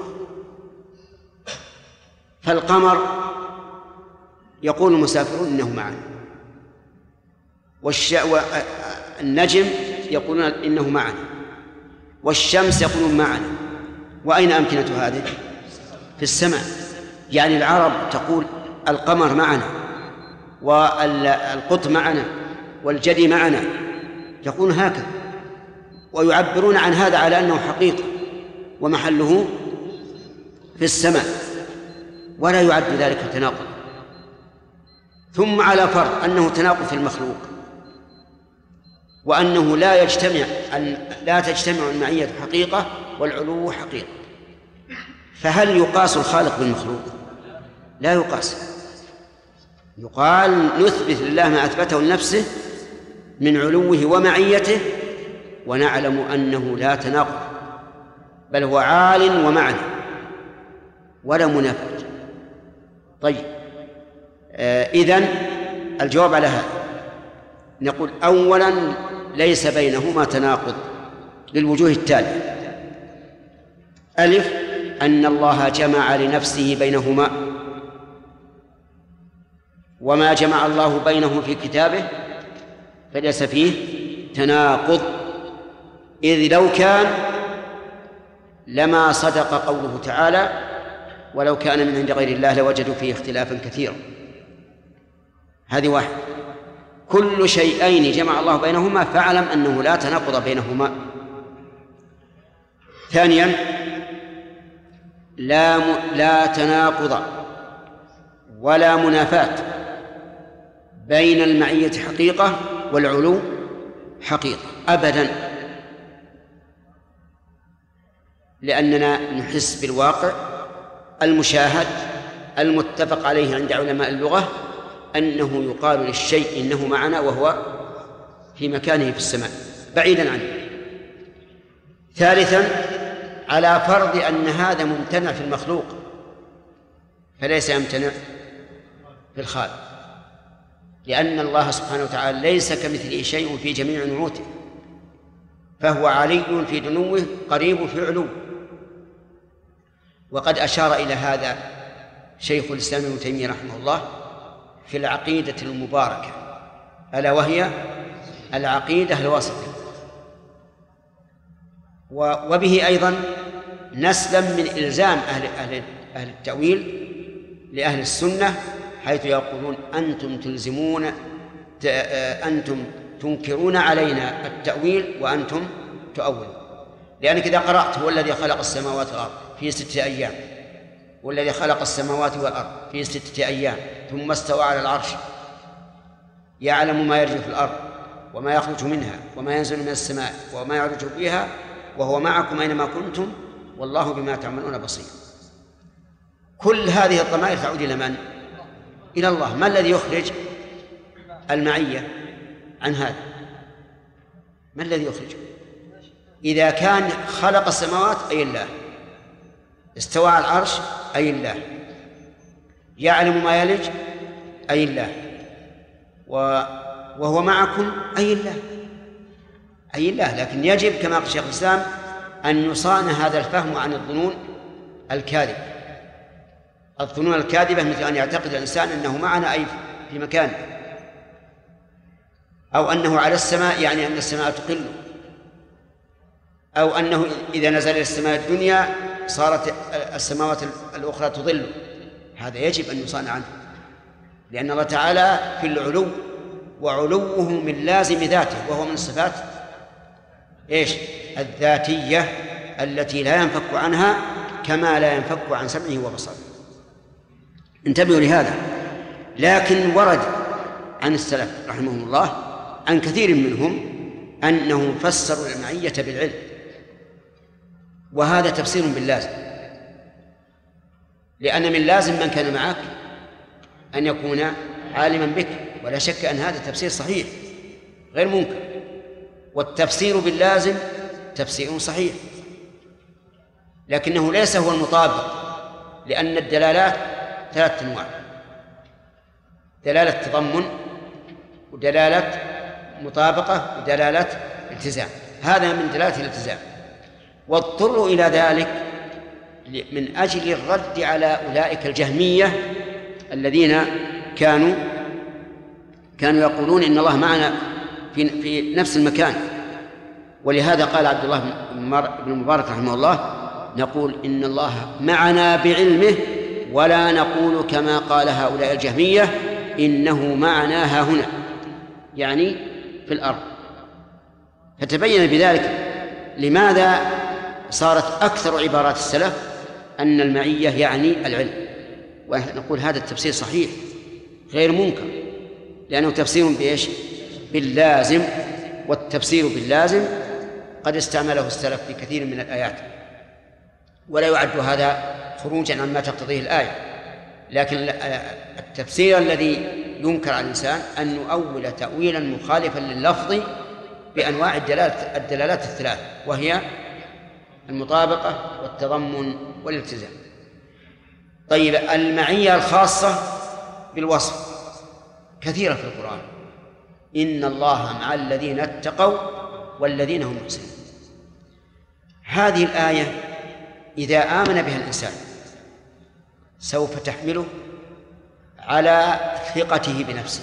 فالقمر يقول المسافرون إنه معنا، والنجم يقولون إنه معنا، والشمس يقولون معنا. وأين أمكنة هذه؟ في السماء. يعني العرب تقول القمر معنا والقطب معنا والجدي معنا، يقولون هكذا، ويعبرون عن هذا على أنه حقيقة ومحله في السماء، ولا يعد ذلك تناقض. ثم على فرض أنه تناقض في المخلوق، وأنه لا يجتمع أن لا تجتمع المعية حقيقة والعلو حقيقة، فهل يقاس الخالق بالمخلوق؟ لا يقاس. يقال نثبت لله ما أثبته لنفسه من علوه ومعيته، ونعلم أنه لا تناقض، بل هو عال ومعنى ولا منافاة. طيب، آه إذن الجواب على هذا نقول أولا ليس بينهما تناقض للوجوه التالية: ألف، أن الله جمع لنفسه بينهما، وما جمع الله بينه في كتابه فليس فيه تناقض، إذ لو كان لما صدق قوله تعالى: ولو كان من عند غير الله لوجدوا فيه اختلافا كثيرا. هذه واحد. كل شيئين جمع الله بينهما فاعلم أنه لا تناقض بينهما. ثانيا، لا م... لا تناقض ولا منافاة بين المعية حقيقة والعلو حقيقة أبدا، لأننا نحس بالواقع المشاهد المتفق عليه عند علماء اللغة أنه يقال للشيء إنه معنا وهو في مكانه في السماء بعيدا عنه. ثالثا، على فرض أن هذا ممتنع في المخلوق فليس يمتنع في الخالق، لأن الله سبحانه وتعالى ليس كمثله شيء في جميع نعوته، فهو علي في دنوه قريب في علو. وقد أشار إلى هذا شيخ الإسلام ابن تيمية رحمه الله في العقيدة المباركة، ألا وهي العقيدة الواسطة. وبه أيضا نسلم من إلزام أهل, أهل, أهل التأويل لأهل السنة، حيث يقولون أنتم تلزمون أنتم تنكرون علينا التأويل وأنتم تؤولون. لأنك إذا قرأت هو الذي خلق السماوات والأرض في ستة أيام، والذي خلق السماوات والأرض في ستة أيام ثم استوى على العرش، يعلم ما يرجو في الأرض وما يخرج منها وما ينزل من السماء وما يعرج فيها وهو معكم أينما كنتم والله بما تعملون بصير. كل هذه الضمائر تعود إلى من؟ إلى الله. ما الذي يخرج المعية عن هذا؟ ما الذي يخرجه؟ إذا كان خلق السماوات أي الله، استوى على العرش أي الله، يعلم ما يلج أي الله، وهو معكم أي الله أي الله. لكن يجب كما قال شيخ الإسلام أن يصان هذا الفهم عن الظنون الكاذبة. الظنون الكاذبة مثل أن يعتقد الإنسان أنه معنا أي في مكان، أو أنه على السماء يعني أن السماء تقل، أو أنه إذا نزل إلى السماء الدنيا صارت السماوات الأخرى تظل. هذا يجب أن يصان عنه، لأن الله تعالى في العلو، وعلوه من لازم ذاته، وهو من الصفات إيش؟ الذاتية التي لا ينفك عنها كما لا ينفك عن سمعه وبصره. انتبهوا لهذا. لكن ورد عن السلف رحمهم الله عن كثير منهم أنهم فسروا المعية بالعلم، وهذا تفسير باللازم، لأن من لازم من كان معك أن يكون عالما بك، ولا شك أن هذا تفسير صحيح غير منكر، والتفسير باللازم تفسير صحيح، لكنه ليس هو المطابق، لأن الدلالات ثلاثة أنواع: دلالة تضمن، ودلالة مطابقة، ودلالة التزام. هذا من دلالة الالتزام، واضطروا إلى ذلك من أجل الرد على أولئك الجهمية الذين كانوا كانوا يقولون إن الله معنا في في نفس المكان. ولهذا قال عبد الله بن المبارك رحمه الله: نقول إن الله معنا بعلمه، ولا نقول كما قال هؤلاء الجهمية إنه معنا ها هنا، يعني في الأرض. فتبين بذلك لماذا صارت أكثر عبارات السلف أن المعية يعني العلم. ونقول هذا التفسير صحيح غير منكر، لأنه تفسير بإيش؟ باللازم، والتفسير باللازم قد استعمله السلف في كثير من الآيات، ولا يعد هذا خروجا عما تقتضيه الآية. لكن التفسير الذي ينكر على الإنسان أن يؤول تأويلا مخالفا لللفظ بأنواع الدلالات, الدلالات الثلاث، وهي المطابقة والتضمن والالتزام. طيب، المعية الخاصة بالوصف كثيرة في القرآن: إن الله مع الذين اتقوا والذين هم محسنون. هذه الآية إذا آمن بها الإنسان سوف تحمله على ثقته بنفسه،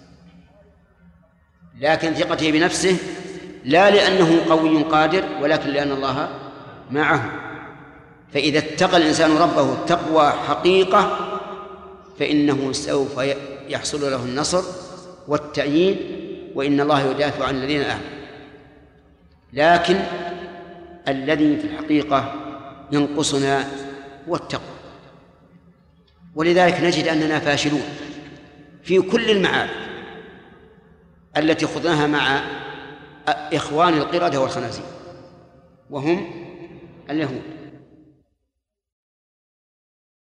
لكن ثقته بنفسه لا لأنه قوي قادر، ولكن لأن الله معه. فإذا اتقى الإنسان ربه تقوى حقيقة فإنه سوف يحصل له النصر والتأييد، وإن الله يدافع عن الذين آمنوا. لكن الذي في الحقيقة ينقصنا هو التقوى، ولذلك نجد أننا فاشلون في كل المعارك التي خضناها مع إخوان القردة والخنازير وهم اليهود.